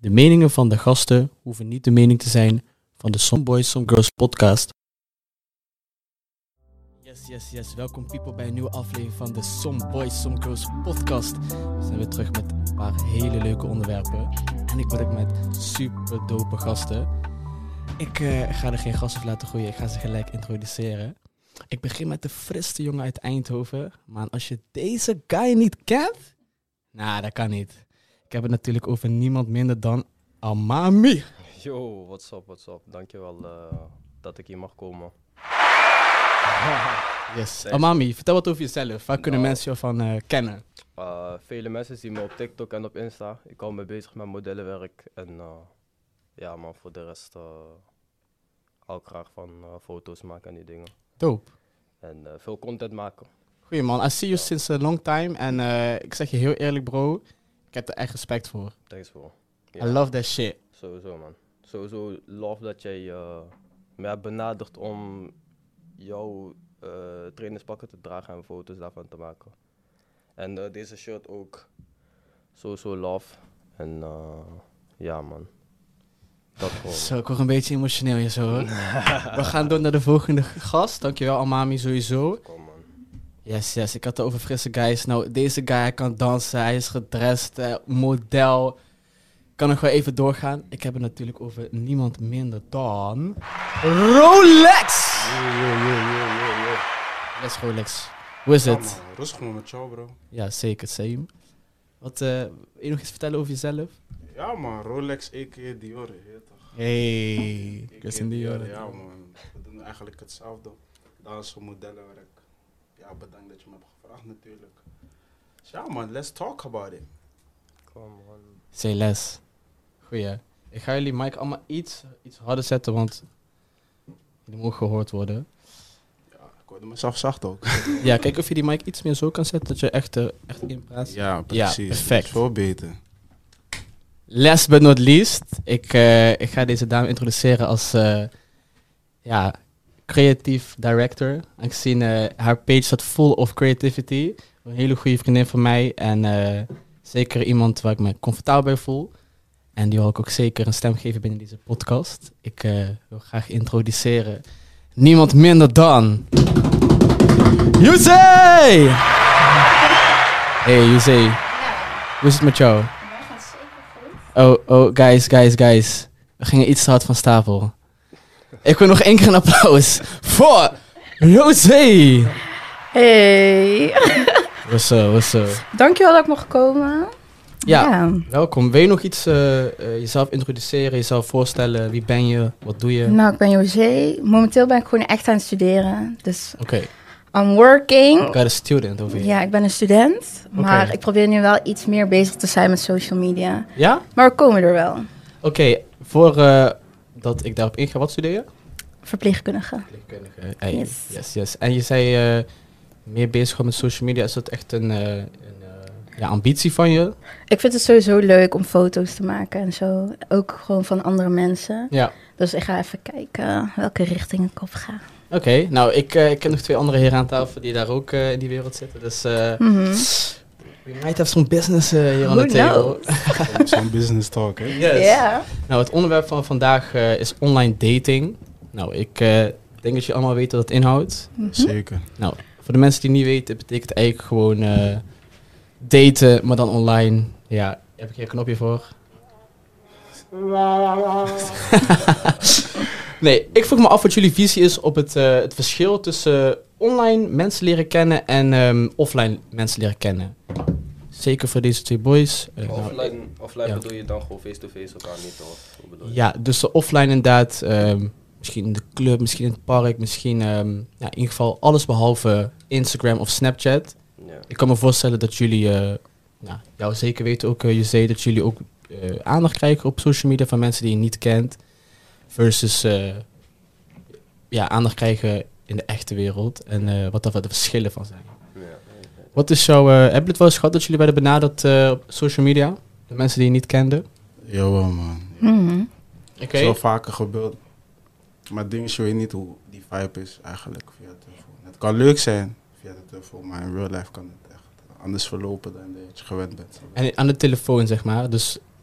De meningen van de gasten hoeven niet de mening te zijn van de Some Boys, Some Girls podcast. Yes. Welkom people bij een nieuwe aflevering van de Some Boys, Some Girls podcast. We zijn weer terug met een paar hele leuke onderwerpen. En ik ben met super dope gasten. Ik ga er geen gasten voor laten groeien, ik ga ze gelijk introduceren. Ik begin met de friste jongen uit Eindhoven. Maar als je deze guy niet kent, dat kan niet. Ik heb het natuurlijk over niemand minder dan Amami. Yo, what's up? Dankjewel dat ik hier mag komen. Yes. Amami, vertel wat over jezelf. Waar kunnen mensen je van kennen? Vele mensen zien me op TikTok en op Insta. Ik hou me bezig met modellenwerk. En ja man, voor de rest hou ik graag van foto's maken en die dingen. Dope. En veel content maken. Goeie man, I see you since a long time. En ik zeg je heel eerlijk bro, ik heb er echt respect voor. Thanks bro. I love that shit. Sowieso man. Sowieso love dat jij me hebt benaderd om jouw trainingspakken te dragen en foto's daarvan te maken. En deze shirt ook. Sowieso love. En ja man. Dat gewoon. Zo, ik word een beetje emotioneel hier zo hoor. We gaan door naar de volgende gast. Dankjewel Amami sowieso. Kom man. Yes. Ik had het over frisse guys. Nou, deze guy hij kan dansen, hij is gedrest, model. Kan nog wel even doorgaan. Ik heb het natuurlijk over niemand minder dan Rolex! Yo. Yes, Rolex. Hoe is het? Man, rustig man met jou, bro. Ja, zeker, same. Wat, wil je nog iets vertellen over jezelf? Ja man, Rolex, a.k.a. Dior, je weet toch? Hey, A.k.a. Christian Dior. Ja man, we doen eigenlijk hetzelfde. Dansen, modellenwerk. Ja, bedankt dat je me hebt gevraagd natuurlijk. Dus ja man, let's talk about it. Kom man. Say less. Goeie. Ik ga jullie mic allemaal iets harder zetten, want jullie mogen gehoord worden. Ja, ik hoorde mezelf zacht ook. Ja, kijk of je die mic iets meer zo kan zetten, dat je echt in praat. Ja, precies. Ja, perfect. Veel beter. Last but not least, ik ga deze dame introduceren als creative director. Aangezien haar page staat full of creativity. Een hele goede vriendin van mij en zeker iemand waar ik me comfortabel bij voel. En die wil ik ook zeker een stem geven binnen deze podcast. Ik wil graag introduceren niemand minder dan Yusei! Hey Yusei, hoe is het met jou? Oh, guys. We gingen iets te hard van stapel. Ik wil nog één keer een applaus voor José. Hey. What's up? Dankjewel dat ik mocht komen. Ja, welkom. Wil je nog iets jezelf introduceren, jezelf voorstellen? Wie ben je? Wat doe je? Nou, ik ben José. Momenteel ben ik gewoon echt aan het studeren. Dus Oké. I'm working. Ik ben een student over hier. Ja, ik ben een student. Maar Oké. ik probeer nu wel iets meer bezig te zijn met social media. Ja? Maar we komen er wel. Oké, voor dat ik daarop inga, wat studeer je? Verpleegkundige. Verpleegkundige. Hey, Yes. yes. En je zei meer bezig met social media. Is dat echt een ambitie van je? Ik vind het sowieso leuk om foto's te maken en zo. Ook gewoon van andere mensen. Ja. Dus ik ga even kijken welke richting ik op ga. Oké, nou ik ken nog 2 andere heren aan tafel die daar ook in die wereld zitten. Dus we might have some business hier aan de Who table. Zo'n business talk, hè? Yes. Ja. Nou, het onderwerp van vandaag is online dating. Nou, ik denk dat je allemaal weet wat het inhoudt. Zeker. Nou, voor de mensen die niet weten, betekent eigenlijk gewoon daten, maar dan online. Ja, heb ik hier een knopje voor? Nee, ik vroeg me af wat jullie visie is op het verschil tussen online mensen leren kennen en offline mensen leren kennen. Zeker voor deze 2 boys. Offline ja. bedoel je dan gewoon face-to-face elkaar niet, of hoe bedoel je? Ja, dus de offline inderdaad. Misschien in de club, misschien in het park, misschien in ieder geval alles behalve Instagram of Snapchat. Ja. Ik kan me voorstellen dat jullie, jou zeker weten ook, José, dat jullie ook aandacht krijgen op social media van mensen die je niet kent. Versus aandacht krijgen in de echte wereld en wat daar de verschillen van zijn. Ja. Wat is jouw, heb je het wel eens gehad dat jullie werden benaderd op social media? De mensen die je niet kenden? Jawel man. Mhm. Oké. Zo vaker gebeurd. Maar dingen je weet niet hoe die vibe is eigenlijk via de telefoon. Het kan leuk zijn via de telefoon, maar in real life kan het echt anders verlopen dan dat je gewend bent. En aan de telefoon, zeg maar. Dus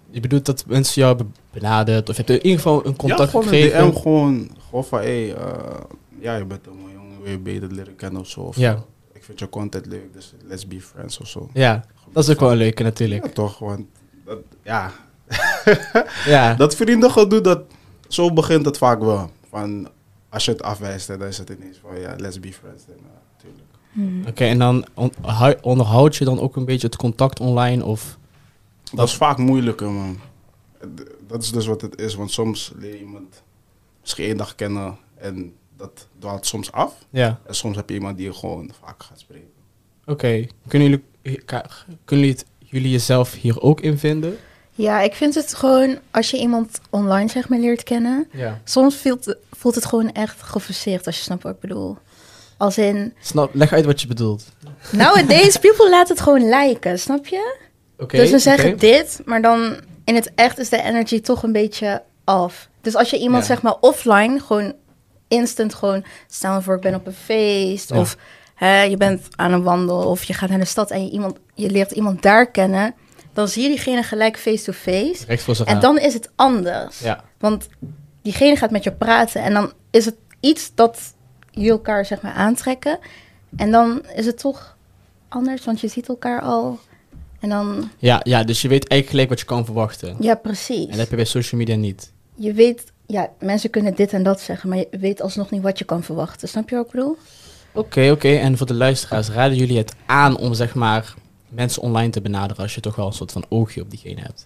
Je bedoelt dat mensen jou hebben benaderd, of je hebt in ieder geval een contact gewoon gekregen? een DM, gewoon van, ja, je bent een mooie jongen, wil je beter leren kennen of zo. Of Ja. ik vind je content leuk, dus let's be friends of zo. Ja, dat is ook wel een leuke natuurlijk. Ja, toch, want ja, Ja, dat vriendengedoe, dat, zo begint het vaak wel. Van, als je het afwijst, dan is het ineens van, ja, let's be friends. En, natuurlijk. oké, en dan onderhoud je dan ook een beetje het contact online, of? Dat is vaak moeilijker, man. Dat is dus wat het is, want soms leer je iemand misschien 1 dag kennen en dat dwaalt soms af. Ja, En soms heb je iemand die je gewoon vaak gaat spreken. oké. Kunnen jullie jezelf hier ook in vinden? Ja, ik vind het gewoon, als je iemand online zeg maar leert kennen, Ja. soms voelt het gewoon echt geforceerd, als je snapt wat ik bedoel. Als in, Leg uit wat je bedoelt. nowadays, people laten het gewoon lijken, snap je? Oké. Dus we zeggen oké. dit, maar dan in het echt is de energy toch een beetje af. Dus als je iemand Ja. zeg maar offline gewoon instant gewoon, stel me voor ik ben op een feest Ja. of je bent aan een wandel of je gaat naar de stad en je leert iemand daar kennen, dan zie je diegene gelijk face-to-face. Recht voor zijn En raap. dan is het anders. Ja. Want diegene gaat met je praten en dan is het iets dat jullie elkaar zeg maar aantrekken. En dan is het toch anders, want je ziet elkaar al. En dan, Ja, dus je weet eigenlijk gelijk wat je kan verwachten. ja precies. En dat heb je bij social media niet. Je weet, ja, mensen kunnen dit en dat zeggen, maar je weet alsnog niet wat je kan verwachten. Snap je wat ik bedoel? Oké. En voor de luisteraars, raden jullie het aan om zeg maar mensen online te benaderen als je toch wel een soort van oogje op diegene hebt?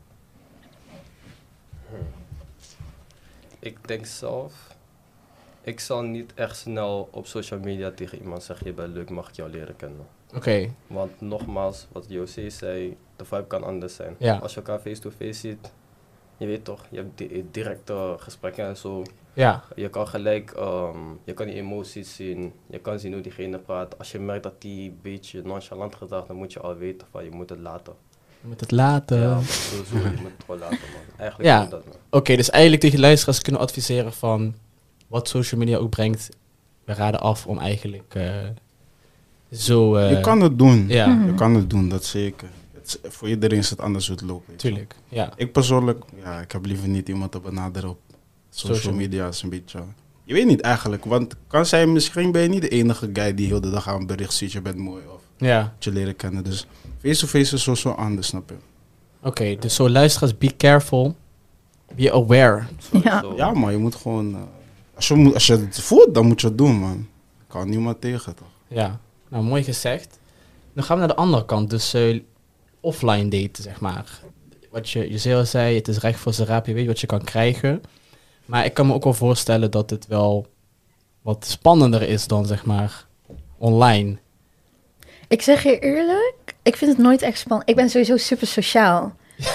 Ik denk zelf, ik zal niet echt snel op social media tegen iemand zeggen, je bent leuk, mag ik jou leren kennen. Oké. Want nogmaals, wat José zei, de vibe kan anders zijn. Ja. Als je elkaar face-to-face ziet, je weet toch, je hebt directe gesprekken en zo. Ja. Je kan gelijk, je kan die emoties zien, je kan zien hoe diegene praat. Als je merkt dat die een beetje nonchalant gedraagt, dan moet je al weten van je moet het laten. Je moet het laten. Ja, sowieso, je moet het gewoon laten, man. Eigenlijk Ja. moet dat, man. Oké, dus eigenlijk tegen luisteraars kunnen we adviseren van wat social media ook brengt. We raden af om eigenlijk zo... Je kan het doen. Ja, Mhm. Je kan het doen, dat zeker. Voor iedereen is het anders hoe het loopt. weet je. tuurlijk. Ja. Ik persoonlijk, ja, ik heb liever niet iemand te benaderen op social Social media. Is een beetje, je weet niet eigenlijk, want kan zijn, misschien ben je niet de enige guy die heel de dag aan een bericht ziet, je bent mooi of Ja. je leren kennen. Dus face-to-face is zo anders, snap je? Oké, dus zo luisteraars, be careful. Be aware. Ja. Zo. Ja, maar je moet gewoon, als je het voelt, dan moet je het doen, man. Kan niemand tegen, toch? Ja, nou mooi gezegd. Dan gaan we naar de andere kant, dus offline daten, zeg maar. Wat je zei, het is recht voor zijn raap, je weet wat je kan krijgen. Maar ik kan me ook wel voorstellen dat het wel wat spannender is dan, zeg maar, online. Ik zeg je eerlijk, ik vind het nooit echt spannend. Ik ben sowieso super sociaal.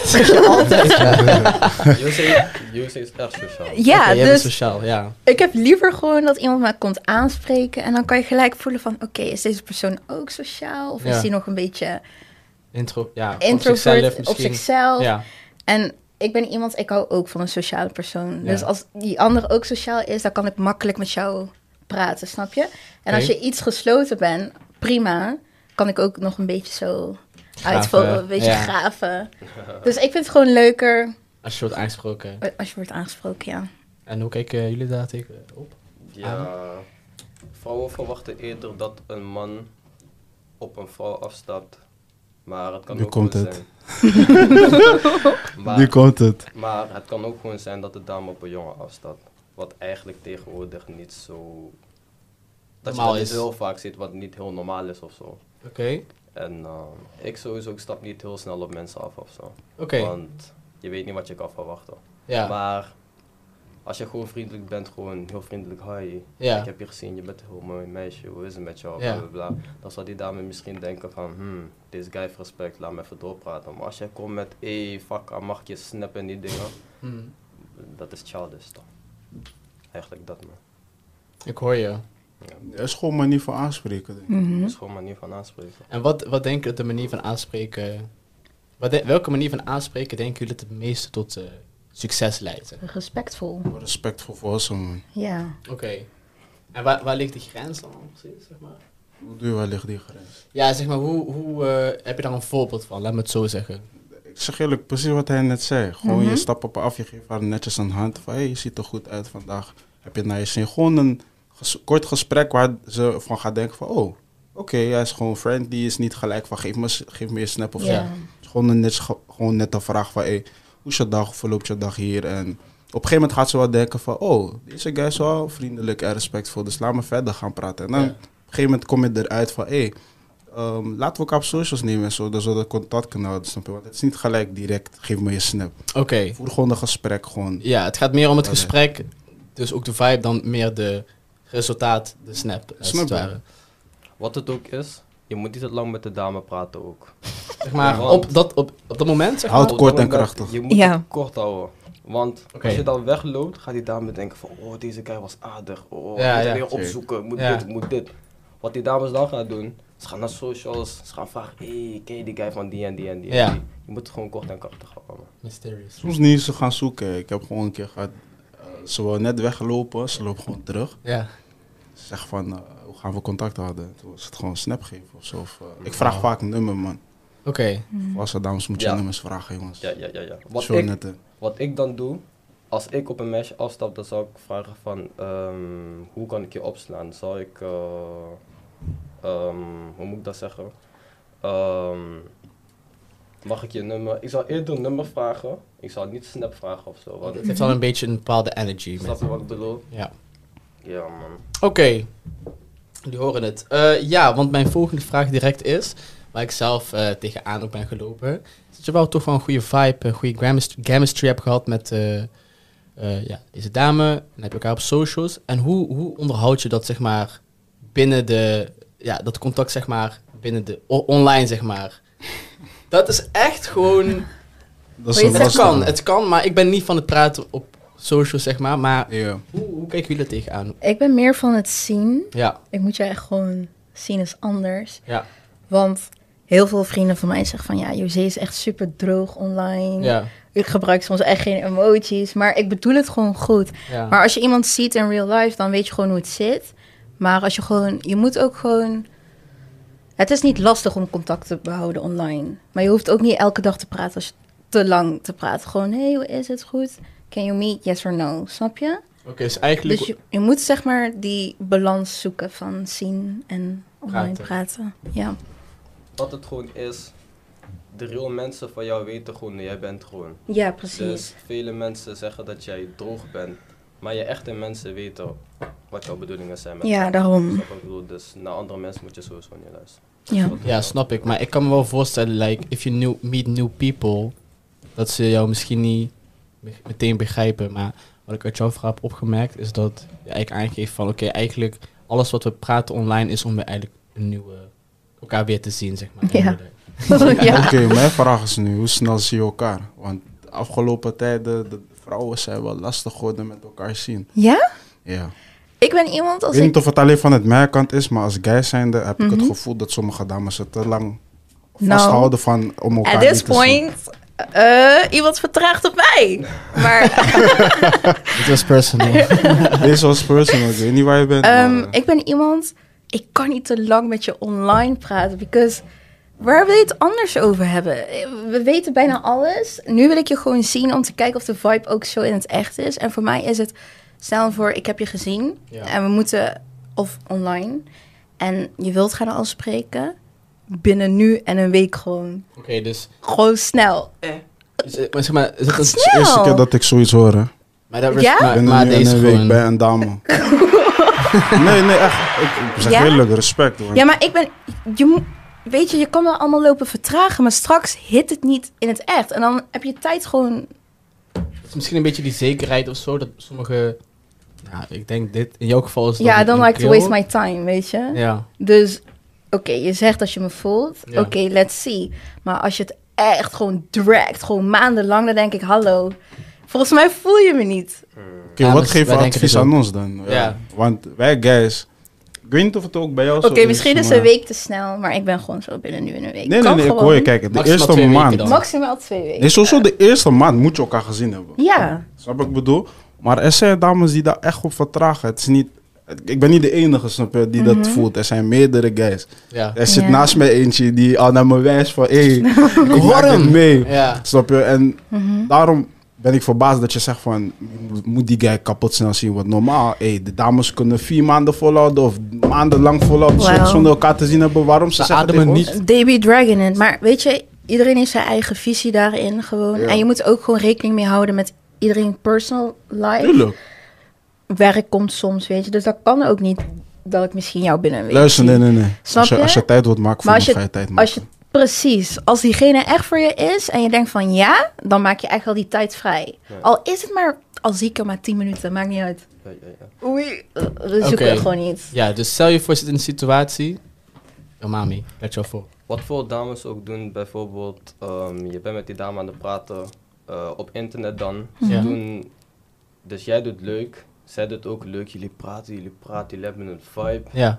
José is echt sociaal. Ja, Oké, jij bent dus sociaal, ja. ik heb liever gewoon dat iemand me komt aanspreken. En dan kan je gelijk voelen van, oké, is deze persoon ook sociaal? Of Ja. is hij nog een beetje Ja, introvert op misschien. zichzelf? Ja, En ik ben iemand, ik hou ook van een sociale persoon. Ja. Dus als die ander ook sociaal is, dan kan ik makkelijk met jou praten, snap je? En als Oké. je iets gesloten bent, prima. Kan ik ook nog een beetje zo Graven, uitvallen, een beetje ja. graven. Dus ik vind het gewoon leuker als je wordt aangesproken. als je wordt aangesproken, ja. En hoe kijken jullie daar tegen op? Ja, vrouwen verwachten eerder dat een man op een vrouw afstapt. Maar het kan Nu ook komt gewoon het. zijn. Nu komt het. Maar het kan ook gewoon zijn dat de dame op een jongen afstapt. Wat eigenlijk tegenwoordig niet zo... Dat je Normaal dat niet is. heel vaak ziet, wat niet heel normaal is of zo. Oké. En ik sowieso, ik stap niet heel snel op mensen af of zo. Oké. Want je weet niet wat je kan verwachten. Ja. Maar als je gewoon vriendelijk bent, gewoon heel vriendelijk, hi, Ja. ik heb je gezien, je bent een heel mooi meisje, hoe is het met jou, Ja. bla bla bla. Dan zal die dame misschien denken van, deze guy heeft respect, laat me even doorpraten. Maar als jij komt met, fuck, mag ik je snappen die dingen, Hmm. dat is childish toch. Eigenlijk dat, man. Ik hoor je. Dat is gewoon manier van aanspreken. denk ik. Mhm. Dat is gewoon manier van aanspreken. En wat denk je dat de manier van aanspreken... welke manier van aanspreken denken jullie dat het meeste tot succes leidt? Zeg? Respectvol, Respectvol voor ze, man. ja. Oké. En waar ligt die grens dan precies, zeg maar? Hoe doe je, waar ligt die grens? Ja, zeg maar, hoe heb je daar een voorbeeld van? Laat me het zo zeggen. Ik zeg eerlijk, precies wat hij net zei. Gewoon je stapt op haar af, je geeft haar netjes een hand. Van, hey, je ziet er goed uit vandaag. Heb je naar je zin? Gewoon een kort gesprek waar ze van gaat denken van... Oh, oké, hij is gewoon friendly. Is niet gelijk van, geef me je snap of zo. Ja. Het is gewoon net een vraag van... Hey, hoe is je dag? Hoe verloopt je dag hier? En op een gegeven moment gaat ze wel denken van... Oh, deze guy is wel vriendelijk en respectvol. Dus laten we verder gaan praten. En dan op een gegeven moment kom je eruit van... Hey, laten we elkaar op socials nemen en zo, zodat contact kunnen houden, snap je? Want het is niet gelijk direct, geef me je snap. Oké. Voer gewoon een gesprek, gewoon. Ja, het gaat meer om het gesprek, dus ook de vibe, dan meer de resultaat, de snap, als het ware. Wat het ook is, je moet niet te lang met de dame praten ook. Zeg maar, Ja, op dat moment, zeg maar. Houd Op kort dat en moment, krachtig. Je moet Ja. het kort houden. Want Oké. als je dan wegloopt, gaat die dame denken van... Oh, deze guy was aardig. Oh, Ja, ik moet ja. weer opzoeken. Ik moet Ja. dit, ik moet dit. Wat die dames dan gaan doen... Ze gaan naar socials, ze gaan vragen, hey, ken je die guy van die en die en die en Ja. die? Je moet het gewoon kort en krachtig houden. Mysterious. Soms niet ze gaan zoeken. Ik heb gewoon een keer gehad, ze wil net weglopen, ze loopt gewoon terug. Ja. Ze zegt van, hoe gaan we contact houden? Toen was het gewoon snap geven of zo. Ik vraag vaak een nummer, man. Oké. Als er dames moet je Ja. nummers vragen, jongens. Ja. Zo net, hè. Wat ik dan doe, als ik op een meisje afstap, dan zou ik vragen van, hoe kan ik je opslaan? Zal ik, hoe moet ik dat zeggen? Mag ik je nummer? Ik zal eerder een nummer vragen. Ik zal niet snap vragen of zo. Want Het heeft wel een beetje een bepaalde energy. snap je wat ik bedoel? Ja. Ja, man. Oké. Jullie horen het. Ja, want mijn volgende vraag direct is, waar ik zelf tegenaan ook ben gelopen, is dat je wel toch wel een goede vibe, een goede chemistry hebt gehad met deze dame. Dan heb je elkaar op socials. En hoe onderhoud je dat, zeg maar, binnen dat contact, zeg maar, binnen de online, zeg maar. Dat is echt gewoon... Dat is een Het kan, maar ik ben niet van het praten op socials, zeg maar. Maar Ja. hoe kijken jullie er tegenaan? Ik ben meer van het zien. Ja, Ik moet je echt gewoon zien is anders. ja, Want heel veel vrienden van mij zeggen van... Ja, José is echt super droog online. ja, Ik gebruik soms echt geen emojis. Maar ik bedoel het gewoon goed. ja. Maar als je iemand ziet in real life, dan weet je gewoon hoe het zit. Maar als je gewoon... Je moet ook gewoon... Het is niet lastig om contact te behouden online. Maar je hoeft ook niet elke dag te praten als je te lang te praten. Gewoon, hey, hoe is het? Goed? Can you meet? Yes or no? Snap je? Oké, dus eigenlijk... Dus je moet zeg maar die balans zoeken van zien en online praten. Ja. Wat het gewoon is, de real mensen van jou weten gewoon, jij bent gewoon. Ja, precies. Dus vele mensen zeggen dat jij droog bent, maar je echte mensen weten wat jouw bedoelingen zijn met Ja, jou. daarom. Snap wat ik bedoel? Dus naar andere mensen moet je sowieso niet luisteren. Ja. Ja, snap ik. Maar ik kan me wel voorstellen, like, if you meet new people, dat ze jou misschien niet meteen begrijpen. Maar wat ik uit jouw verhaal heb opgemerkt, is dat je eigenlijk aangeeft van, oké, eigenlijk alles wat we praten online is om weer eigenlijk een nieuwe, elkaar weer te zien, zeg maar. Ja. Oké, Ja. mijn vraag is nu, hoe snel zie je elkaar? Want de afgelopen tijden, de vrouwen zijn wel lastig geworden met elkaar zien. Ja? Ja. Ik ben iemand Ik als weet niet ik... of het alleen van het merkkant is, maar als guy zijnde heb ik het gevoel dat sommige dames het te lang vasthouden van om elkaar At niet this te zien. point, iemand vertraagt op mij. Maar Het was personal. Deze was personal, ik weet niet waar je bent. maar, ik ben iemand... Ik kan niet te lang met je online praten, because... Waar wil je het anders over hebben? We weten bijna alles. Nu wil ik je gewoon zien om te kijken of de vibe ook zo in het echt is. En voor mij is het... Stel voor, ik heb je gezien. Ja. En we moeten... Of online. En je wilt gaan afspreken. Binnen nu en een week gewoon. Oké, dus... Gewoon snel. Maar zeg maar, is het een... het is de eerste keer dat ik zoiets hoor, hè. Maar, dat Ja? maar, Ben maar nu in deze een week gewoon... bij een dame. nee, echt. Ik zeg Ja? eerlijk, respect, hoor. Ja, maar ik ben... Weet je, je kan wel allemaal lopen vertragen. Maar straks hit het niet in het echt. En dan heb je tijd gewoon... Het is misschien een beetje die zekerheid of zo, dat sommige... Ja, ik denk dit, in jouw geval is het Ja, dan don't een like to kill. waste my time, weet je. Ja, Dus, oké, je zegt dat je me voelt. Ja. Oké, let's see. Maar als je het echt gewoon dragt, gewoon maandenlang, dan denk ik, hallo. Volgens mij voel je me niet. Oké, Ja, wat dus geef je wij denken advies dit aan ook. ons dan? Ja. Want wij guys... Ik weet niet of het ook bij jou zo is. Oké, misschien is maar- een week te snel, maar ik ben gewoon zo binnen nu in een week. Nee, Kan ik gewoon. hoor je. Kijk, de Maximaal eerste 2 weken maand... dan. Maximaal 2 weken. Nee, sowieso de eerste maand moet je elkaar gezien hebben. Ja. Snap wat ik bedoel? Maar er zijn dames die daar echt op vertragen. Het is niet... Ik ben niet de enige, snap je, die dat voelt. Er zijn meerdere guys. Ja. Er zit Ja. naast mij eentje die al naar me wijst van... Hé, ik Hoor maak dit hem. mee. Ja. Snap je? En daarom ben ik verbaasd dat je zegt van... je moet die guy kapot snel zien. Want normaal, de dames kunnen 4 maanden volhouden... of maandenlang volhouden Wow. zonder elkaar te zien hebben. Waarom ze Ze zeggen ademen tegen ons? niet. They be dragging it. Maar weet je, iedereen heeft zijn eigen visie daarin gewoon. Ja. En je moet ook gewoon rekening mee houden met iedereen personal life. Tuurlijk. Werk komt soms, weet je. Dus dat kan ook niet dat ik misschien jou binnen een week Luister, zie. nee. Snap je? Als je tijd wilt maken voor Maar iemand, ga je tijd maken. Als je, precies. Als diegene echt voor je is en je denkt van ja, dan maak je echt wel die tijd vrij. Ja. Al is het maar, al zie ik er maar 10 minuten, maakt niet uit. Ja, ja, ja. Oei, we zoeken Oké. het gewoon niet. Ja, dus stel je voor, je zit in een situatie. Oh, mami, let jou voor. Wat veel dames ook doen, bijvoorbeeld, je bent met die dame aan het praten op internet dan. Ze Ja. doen, dus jij doet leuk, zij doet ook leuk, jullie praten, jullie hebben een vibe. Ja.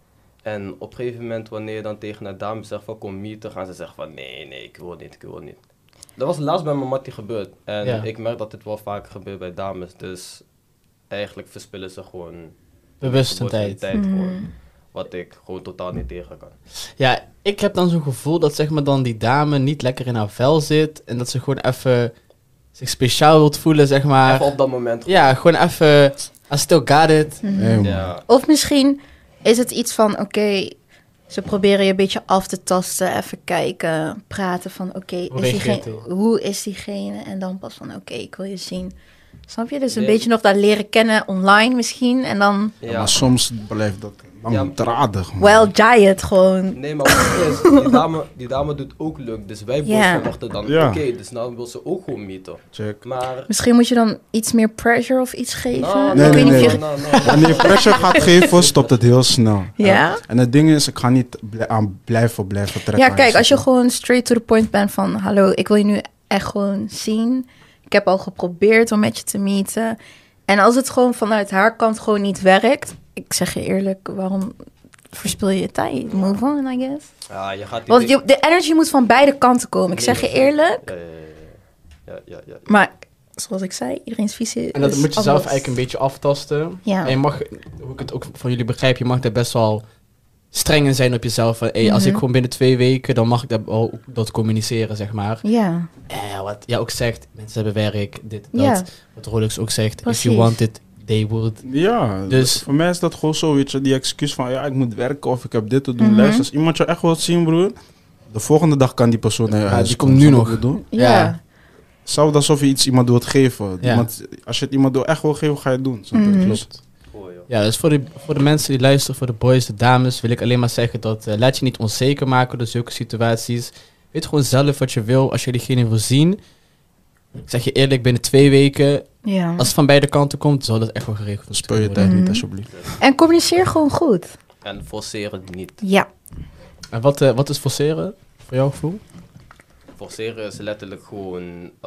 En op een gegeven moment, wanneer je dan tegen een dame zegt van kom meeten, gaan ze zeggen van nee, ik wil niet. Dat was laatst bij mijn mattie gebeurd. En Ja. ik merk dat dit wel vaker gebeurt bij dames. Dus eigenlijk verspillen ze gewoon Bewust een hun tijd. gewoon. Wat ik gewoon totaal niet tegen kan. Ja, ik heb dan zo'n gevoel dat zeg maar dan die dame niet lekker in haar vel zit. En dat ze gewoon even zich speciaal wilt voelen, zeg maar. Even op dat moment. Ja, gewoon even... I still got it. Hey, man. Ja. Of misschien is het iets van, oké, ze proberen je een beetje af te tasten, even kijken, praten van, oké, Hoe is reageert diegene- hij? hoe is diegene? En dan pas van, oké, ik wil je zien. Snap je? Dus een Nee. beetje nog dat leren kennen online misschien. En dan, Ja, maar soms blijft dat langdradig, man. well, diet gewoon. Nee, maar wat het is, die dame doet ook leuk. Dus wij Ja. verwachten dan, Ja. oké, dus nou wil ze ook gewoon meeten. Check. Maar... Misschien moet je dan iets meer pressure of iets geven. Nou, Nee, ik weet nee, niet of nee. je... Wanneer je pressure gaat geven, stopt het heel snel. Ja? En het ding is, ik ga niet aan blijven trekken. Ja, aan kijk, als je zitten. gewoon straight to the point bent van... hallo, ik wil je nu echt gewoon zien. Ik heb al geprobeerd om met je te meeten. En als het gewoon vanuit haar kant gewoon niet werkt... ik zeg je eerlijk, waarom verspil je je tijd? Move on, I guess. Ja, je gaat die Want ding- de energy moet van beide kanten komen. Ik zeg je eerlijk. Ja. Maar zoals ik zei, iedereen's visie En dat is moet je zelf anders. eigenlijk een beetje aftasten. Ja. En je mag, hoe ik het ook van jullie begrijp, je mag daar best wel streng in zijn op jezelf. Van, als ik gewoon binnen 2 weken, dan mag ik dat communiceren, zeg maar. Ja, Wat jij ook zegt, mensen hebben werk, dit, dat. Ja. Wat Rolex ook zegt, if Precies. you want it, they would. Ja, Dus- voor mij is dat gewoon zo, weet je, die excuus van, ja, ik moet werken of ik heb dit te doen. Luister, als iemand je echt wilt zien, broer, de volgende dag kan die persoon naar je huis die komen, komt nu snap je nog. wat ik bedoel? ja. Ja. Hetzelfde alsof je iemand wilt geven. Ja. Als je het iemand echt wil geven, ga je het doen. Snap je? Klopt. Oh, joh. Ja, dus voor de mensen die luisteren, voor de boys, de dames, wil ik alleen maar zeggen dat laat je niet onzeker maken door zulke situaties. Weet gewoon zelf wat je wil als je diegene wil zien. Ik zeg je eerlijk, binnen 2 weken, Ja. als het van beide kanten komt, zal dat echt wel geregeld Speel je worden. tijd niet, alsjeblieft. En communiceer gewoon goed. En forceren niet. Ja. En wat is forceren, voor jouw gevoel? Forceren is letterlijk gewoon...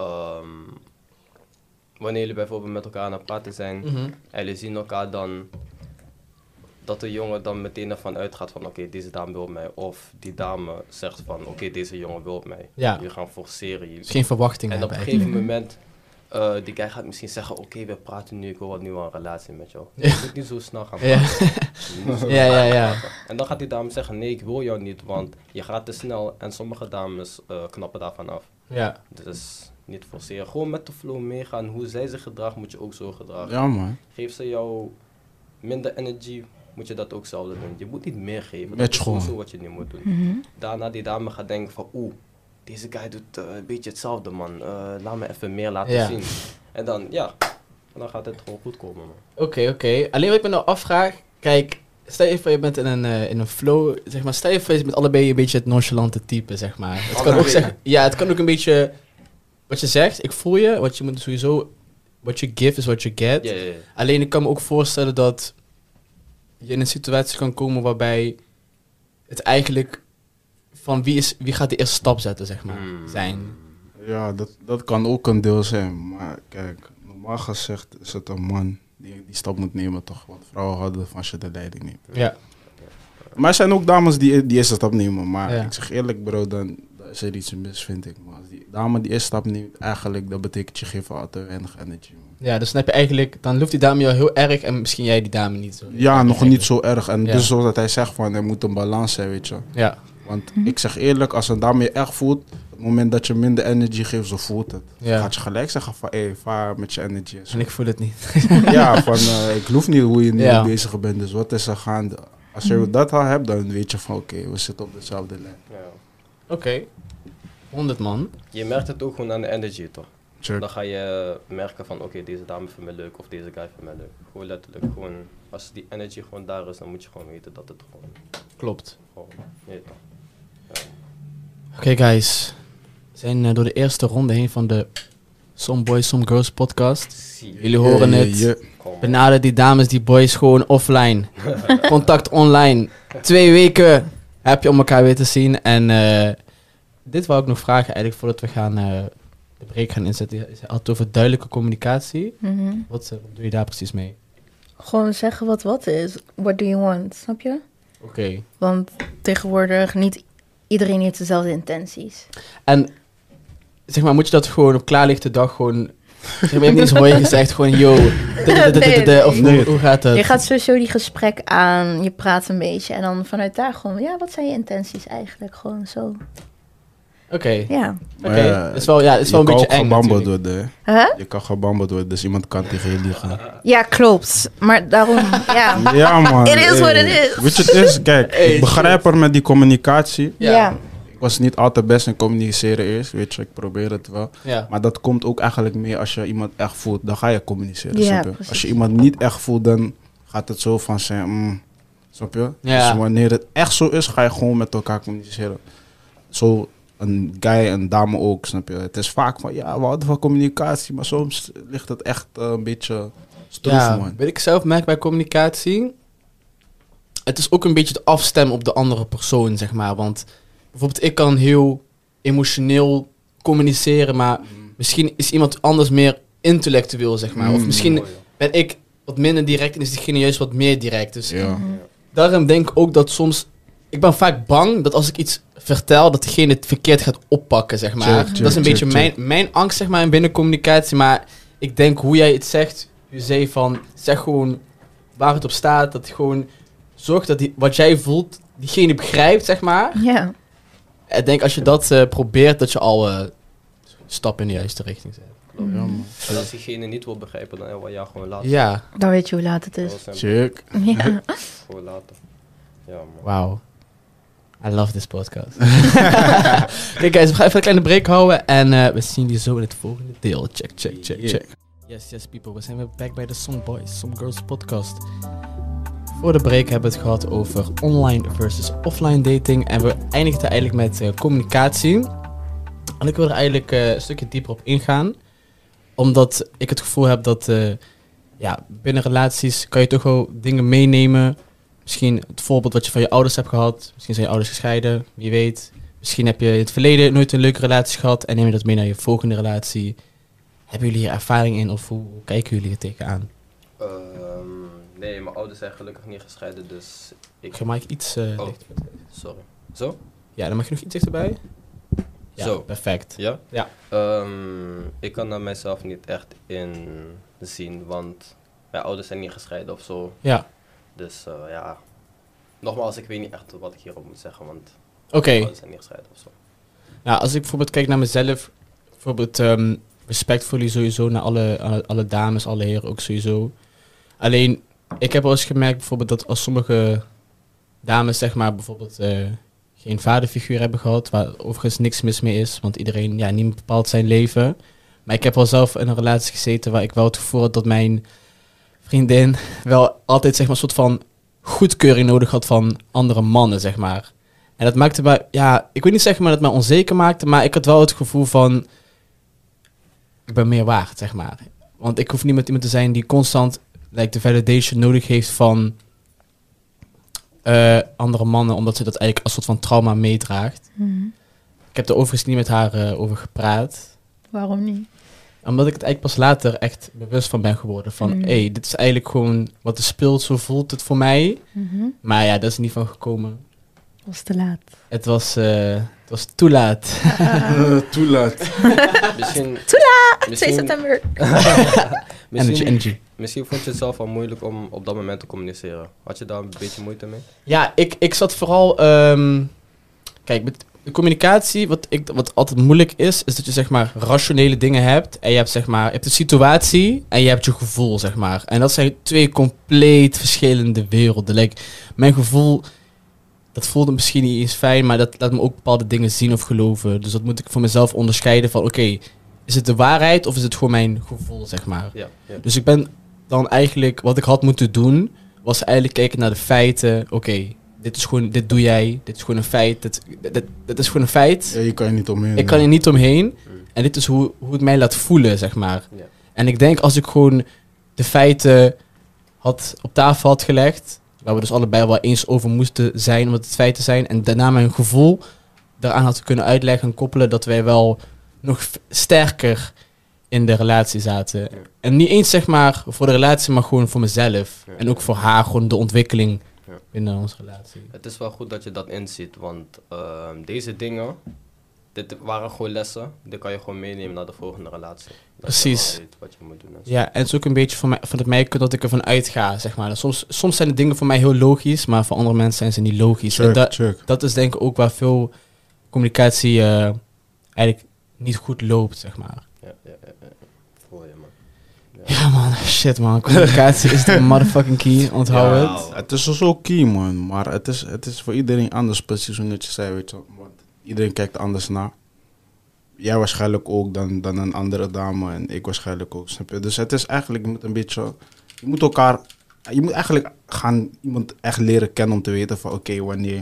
wanneer jullie bijvoorbeeld met elkaar aan het praten zijn... en jullie zien elkaar dan... dat de jongen dan meteen ervan uitgaat van... oké, deze dame wil mij. Of die dame zegt van... oké, deze jongen wil mij. Ja. Jullie gaan forceren. Dus geen verwachting En op hebben een eigenlijk. gegeven moment... die guy gaat misschien zeggen... oké, we praten nu. Ik wil wat nu een relatie met jou. Je moet niet zo snel gaan Ja. praten. Je moet niet zo Ja, snel ja, gaan ja. praten. En dan gaat die dame zeggen... nee, ik wil jou niet. Want je gaat te snel. En sommige dames knappen daarvan af. Ja. Dus niet forceren. Gewoon met de flow meegaan. Hoe zij zich gedraagt, moet je ook zo gedragen. Ja, man. Geef ze jou minder energy, moet je dat ook zelf doen. Je moet niet meer geven. Dat Match is gewoon. zo wat je nu moet doen. Daarna die dame gaat denken van... deze guy doet een beetje hetzelfde, man. Laat me even meer laten Ja. zien. En dan, ja. En dan gaat het gewoon goed komen, man. Oké. Alleen wat ik me nou afvraag, kijk, stel je voor je bent in een flow, zeg maar, stel je voor je bent allebei een beetje het nonchalante type, zeg maar. Het kan ook zeggen, ja, het kan ook een beetje, wat je zegt, ik voel je, wat je moet sowieso, what you give is what you get. Ja. Alleen ik kan me ook voorstellen dat je in een situatie kan komen waarbij het eigenlijk van wie gaat de eerste stap zetten, zeg maar, zijn. Ja, dat kan ook een deel zijn. Maar kijk, normaal gezegd is het een man die stap moet nemen, toch? Want vrouwen houden van als je de leiding neemt. Ja. Maar er zijn ook dames die eerste stap nemen. Maar Ja. ik zeg eerlijk, bro, dan is er iets mis, vind ik. Maar als die dame die eerste stap neemt, eigenlijk, dat betekent je geeft al te weinig energy. Man. Ja, dus dan heb je eigenlijk, dan loeft die dame jou heel erg en misschien jij die dame niet zo. Ja, nog niet zo erg. En Ja. dus zoals dat hij zegt, van, er moet een balans zijn, weet je. Ja, Want ik zeg eerlijk, als een dame je echt voelt, op het moment dat je minder energy geeft, zo voelt het. ja. Gaat je gelijk zeggen van, vaar met je energy. en zo. En ik voel het niet. Ja, van ik geloof niet hoe je nu Ja. bezig bent, dus wat is er gaande? Als je dat al hebt, dan weet je van oké, we zitten op dezelfde lijn. Ja. Oké. 100 man. Je merkt het ook gewoon aan de energy, toch? Check. Dan ga je merken van, oké, deze dame vindt me leuk of deze guy vindt me leuk. Gewoon letterlijk, gewoon, als die energy gewoon daar is, dan moet je gewoon weten dat het Klopt. gewoon nee, toch? Oké, guys. We zijn door de eerste ronde heen van de Some Boys, Some Girls podcast. Zie je. Jullie horen het. Kom op. Benader die dames, die boys gewoon offline. Contact online. 2 weken heb je om elkaar weer te zien. En dit wou ik nog vragen eigenlijk voordat we gaan de break gaan inzetten. Je had het over duidelijke communicatie. Mhm. Wat doe je daar precies mee? Gewoon zeggen wat is. What do you want? Snap je? Oké. Want tegenwoordig niet iedereen heeft dezelfde intenties. En zeg maar, moet je dat gewoon op klaarlichte dag gewoon... Zeg maar, je hebt niet eens mooi gezegd, gewoon yo. Of Nee. hoe gaat het? Je gaat sowieso die gesprek aan, je praat een beetje en dan vanuit daar gewoon, ja, wat zijn je intenties eigenlijk? Gewoon zo. Oké. Ja. Oké. Het is wel, het is wel een beetje eng gebambeld natuurlijk. worden. Huh? Je kan gebambeld worden, dus iemand kan tegen je liegen. Ja, klopt. Maar daarom, ja. Ja man. It is what it hey. is. Weet je, het is, kijk, Hey, ik begrijp er met die communicatie. Ja. Ja. Ik was niet altijd best in communiceren eerst, weet je, ik probeer het wel. Ja. Maar dat komt ook eigenlijk meer als je iemand echt voelt, dan ga je communiceren, Ja, snap je? precies. Als je iemand niet echt voelt, dan gaat het zo van zijn, snap je? Ja. Dus wanneer het echt zo is, ga je gewoon met elkaar communiceren. Zo een guy en dame ook, snap je? Het is vaak van, ja, we hadden van communicatie, maar soms ligt het echt een beetje stroef, Ja, man. weet ik zelf merk bij communicatie. Het is ook een beetje het afstemmen op de andere persoon, zeg maar. Want bijvoorbeeld ik kan heel emotioneel communiceren, maar misschien is iemand anders meer intellectueel, zeg maar. Of misschien Mooi, joh. ben ik wat minder direct en is diegene juist wat meer direct. Dus Ja. daarom denk ik ook dat soms... Ik ben vaak bang dat als ik iets vertel, dat diegene het verkeerd gaat oppakken, zeg maar. Check, dat is een check, beetje check. mijn angst, zeg maar, in binnencommunicatie. Maar ik denk hoe jij het zegt, je zei van, zeg gewoon waar het op staat. Dat gewoon zorgt dat wat jij voelt, diegene begrijpt, zeg maar. Ja. Ik denk als je dat probeert, dat je al stap in de juiste richting zet. Klopt. Ja, man. En als diegene niet wil begrijpen, dan wil je gewoon laten. Ja, Dan weet je hoe laat het is. Heel simpel. Check. Ja. Gewoon laten. Ja, man. wauw. I love this podcast. Kijk guys, we gaan even een kleine break houden en we zien jullie zo in het volgende deel. Check, check, check, Yeah. check. Yes people, we zijn weer back bij de Some Boys, Some Girls podcast. Voor de break hebben we het gehad over online versus offline dating en we eindigden eigenlijk met communicatie. En ik wil er eigenlijk een stukje dieper op ingaan, omdat ik het gevoel heb dat binnen relaties kan je toch wel dingen meenemen. Misschien het voorbeeld wat je van je ouders hebt gehad. Misschien zijn je ouders gescheiden, wie weet. Misschien heb je in het verleden nooit een leuke relatie gehad en neem je dat mee naar je volgende relatie. Hebben jullie hier ervaring in of hoe kijken jullie er tegenaan? Nee, mijn ouders zijn gelukkig niet gescheiden, dus ik... Mag ik iets Oh. dichter? Sorry. Zo? Ja, dan mag je nog iets dichterbij. Ja, Zo. perfect. Ja? Ja. Ik kan daar mijzelf niet echt in zien, want mijn ouders zijn niet gescheiden of zo. Ja, Dus ja, nogmaals, ik weet niet echt wat ik hierop moet zeggen, want oké. mijn ouders zijn niet gescheiden of zo. Ja, als ik bijvoorbeeld kijk naar mezelf, bijvoorbeeld respect voor jullie sowieso, naar alle dames, alle heren ook sowieso. Alleen, ik heb wel eens gemerkt bijvoorbeeld dat als sommige dames zeg maar bijvoorbeeld geen vaderfiguur hebben gehad, waar overigens niks mis mee is, want iedereen, ja, niemand bepaalt zijn leven. Maar ik heb wel zelf in een relatie gezeten waar ik wel het gevoel had dat mijn vriendin wel altijd zeg maar een soort van goedkeuring nodig had van andere mannen, zeg maar. En dat maakte mij, ja, ik wil niet zeggen maar dat het mij onzeker maakte, maar ik had wel het gevoel van, ik ben meer waard, zeg maar. Want ik hoef niet met iemand te zijn die constant de validation nodig heeft van andere mannen, omdat ze dat eigenlijk als soort van trauma meedraagt. Mhm. Ik heb er overigens niet met haar over gepraat. Waarom niet? Omdat ik het eigenlijk pas later echt bewust van ben geworden. Van, hey, dit is eigenlijk gewoon wat er speelt, zo voelt het voor mij. Mhm. Maar ja, dat is niet van gekomen. Was te laat. Het was Het was te laat. Toelaat. Misschien, 2 september. Energy. Misschien vond je het zelf al moeilijk om op dat moment te communiceren. Had je daar een beetje moeite mee? Ja, ik zat vooral... kijk, met de communicatie, wat altijd moeilijk is dat je zeg maar rationele dingen hebt. En je hebt zeg maar, je hebt de situatie en je hebt je gevoel, zeg maar. En dat zijn 2 compleet verschillende werelden. Like, mijn gevoel, dat voelde misschien niet eens fijn, maar dat laat me ook bepaalde dingen zien of geloven. Dus dat moet ik voor mezelf onderscheiden van, oké, is het de waarheid of is het gewoon mijn gevoel, zeg maar. Ja. Dus ik ben dan eigenlijk, wat ik had moeten doen, was eigenlijk kijken naar de feiten. Oké, dit doe jij, dit is gewoon een feit. Dit is gewoon een feit. Ja, je kan je niet omheen. Ik kan er niet omheen. En dit is hoe het mij laat voelen, zeg maar. Ja. En ik denk als ik gewoon de feiten op tafel had gelegd, waar we dus allebei wel eens over moesten zijn, omdat het feiten zijn, en daarna mijn gevoel daaraan had kunnen uitleggen en koppelen, dat wij wel nog sterker in de relatie zaten. Ja. En niet eens zeg maar voor de relatie, maar gewoon voor mezelf. Ja. En ook voor haar, gewoon de ontwikkeling Ja. binnen onze relatie. Het is wel goed dat je dat inziet, want deze dingen, dit waren gewoon lessen. Die kan je gewoon meenemen naar de volgende relatie. Dat Precies. je wel weet wat je moet doen. En zo. Ja, en het is ook een beetje van mij dat ik ervan uitga, zeg maar. Soms zijn de dingen voor mij heel logisch, maar voor andere mensen zijn ze niet logisch. En Check. dat is denk ik ook waar veel communicatie eigenlijk niet goed loopt, zeg maar. Ja. Voel je, man. Ja man, shit man. Communicatie is de motherfucking key, onthoud Ja. het. Het is zo key, man. Maar het is voor iedereen anders, precies hoe net je zei, weet je. Want iedereen kijkt anders naar. Jij waarschijnlijk ook dan een andere dame en ik waarschijnlijk ook, snap je? Dus het is eigenlijk, je moet eigenlijk gaan iemand echt leren kennen om te weten van oké, wanneer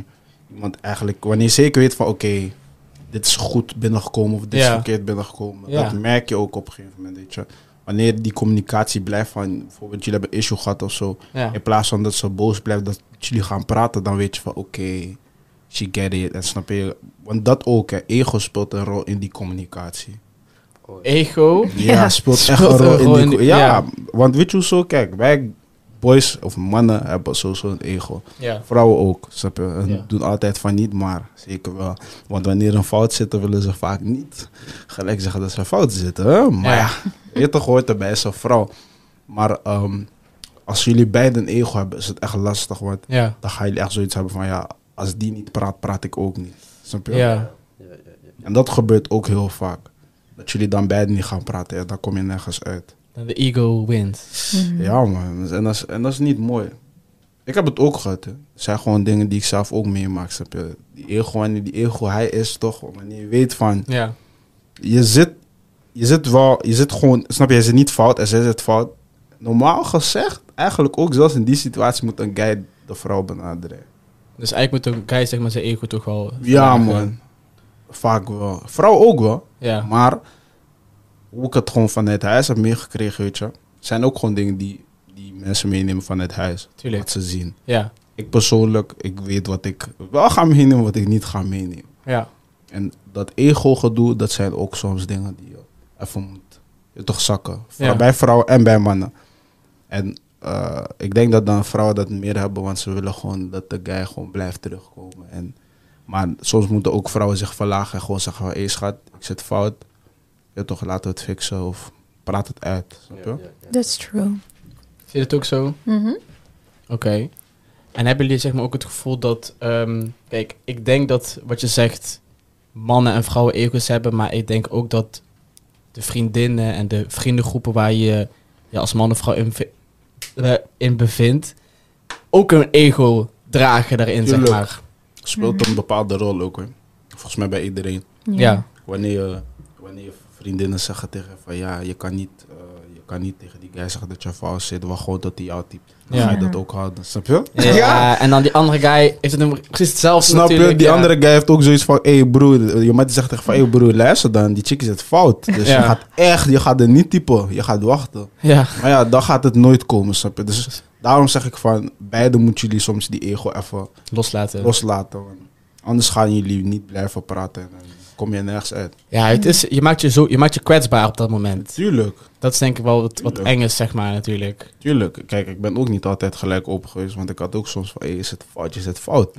je zeker weet van oké, dit is goed binnengekomen of dit is Ja. verkeerd binnengekomen. Ja. Dat merk je ook op een gegeven moment, weet je. Wanneer die communicatie blijft van, bijvoorbeeld jullie hebben een issue gehad of zo, Ja. in plaats van dat ze boos blijft, dat jullie gaan praten, dan weet je van oké, she get it. En snap je? Want dat ook, hè, ego speelt een rol in die communicatie. Ego. Ja, speelt echt Speelt een rol in die die- ja, ja. want weet je hoezo? Kijk, wij boys of mannen hebben sowieso een ego. Ja. Vrouwen ook, snap je? En Ja. doen altijd van niet, maar zeker wel. Want wanneer een fout zit, dan willen ze vaak niet gelijk zeggen dat ze fout zitten. Hè? Maar Ja. ja, je toch hoort erbij, is een vrouw. Maar als jullie beiden een ego hebben, is het echt lastig. Want Ja. dan gaan jullie echt zoiets hebben van, ja, als die niet praat, praat ik ook niet. Snap je? Ja. En dat gebeurt ook heel vaak. Dat jullie dan beiden niet gaan praten, ja, dan kom je nergens uit. De ego wint. Ja, man. En dat is niet mooi. Ik heb het ook gehad, hè. Er zijn gewoon dingen die ik zelf ook meemaak, snap je? Die ego, wanneer die ego, hij is toch, wanneer je weet van, Ja. je zit gewoon, snap je, hij zit niet fout en zij zit fout. Normaal gezegd, eigenlijk ook zelfs in die situatie moet een guy de vrouw benaderen. Dus eigenlijk moet een guy zeg maar zijn ego toch wel... Ja, verlagen. man. Vaak wel. Vrouw ook wel. Ja. Maar hoe ik het gewoon vanuit huis heb meegekregen, weet je, zijn ook gewoon dingen die mensen meenemen vanuit huis. Tuurlijk. Wat ze zien. Ja. Ik persoonlijk, ik weet wat ik wel ga meenemen, wat ik niet ga meenemen. Ja. En dat ego-gedoe, dat zijn ook soms dingen die je even moet je toch zakken. Ja. Bij vrouwen en bij mannen. En ik denk dat dan vrouwen dat meer hebben, want ze willen gewoon dat de guy gewoon blijft terugkomen. Maar soms moeten ook vrouwen zich verlagen en gewoon zeggen van, hé schat, ik zit fout. Ja toch, laten we het fixen of praat het uit. Snap je? That's true. Vind je het ook zo? Mhm. Oké. En hebben jullie zeg maar ook het gevoel dat... kijk, ik denk dat wat je zegt... mannen en vrouwen ego's hebben... maar ik denk ook dat de vriendinnen en de vriendengroepen... waar je als man of vrouw in bevindt... ook een ego dragen daarin, zeg Tuurlijk. maar. Speelt een bepaalde rol ook, hoor. Volgens mij bij iedereen. Ja. Wanneer je vriendinnen zeggen tegen je van ja, je kan niet tegen die guy zeggen dat je fout zit, maar gewoon dat hij jou typt. Dan Ja. ga je dat ook houden, snap je? Ja, en dan die andere guy heeft het precies hetzelfde Snap je? natuurlijk, Die ja. andere guy heeft ook zoiets van, hé broer, je maat zegt tegen van, hé broer, luister dan, die chick is het fout. Dus Ja. je gaat er niet typen, je gaat wachten. Ja. Maar ja, dan gaat het nooit komen, snap je? Dus daarom zeg ik van, beide moeten jullie soms die ego even Loslaten. loslaten. Want anders gaan jullie niet blijven praten en dan kom je nergens uit. Ja, het is, je maakt je kwetsbaar op dat moment. Tuurlijk. Dat is denk ik wel wat Tuurlijk. eng is, zeg maar, natuurlijk. Tuurlijk, kijk, ik ben ook niet altijd gelijk open geweest, want ik had ook soms van, hé, is het fout, je zit fout. Ja.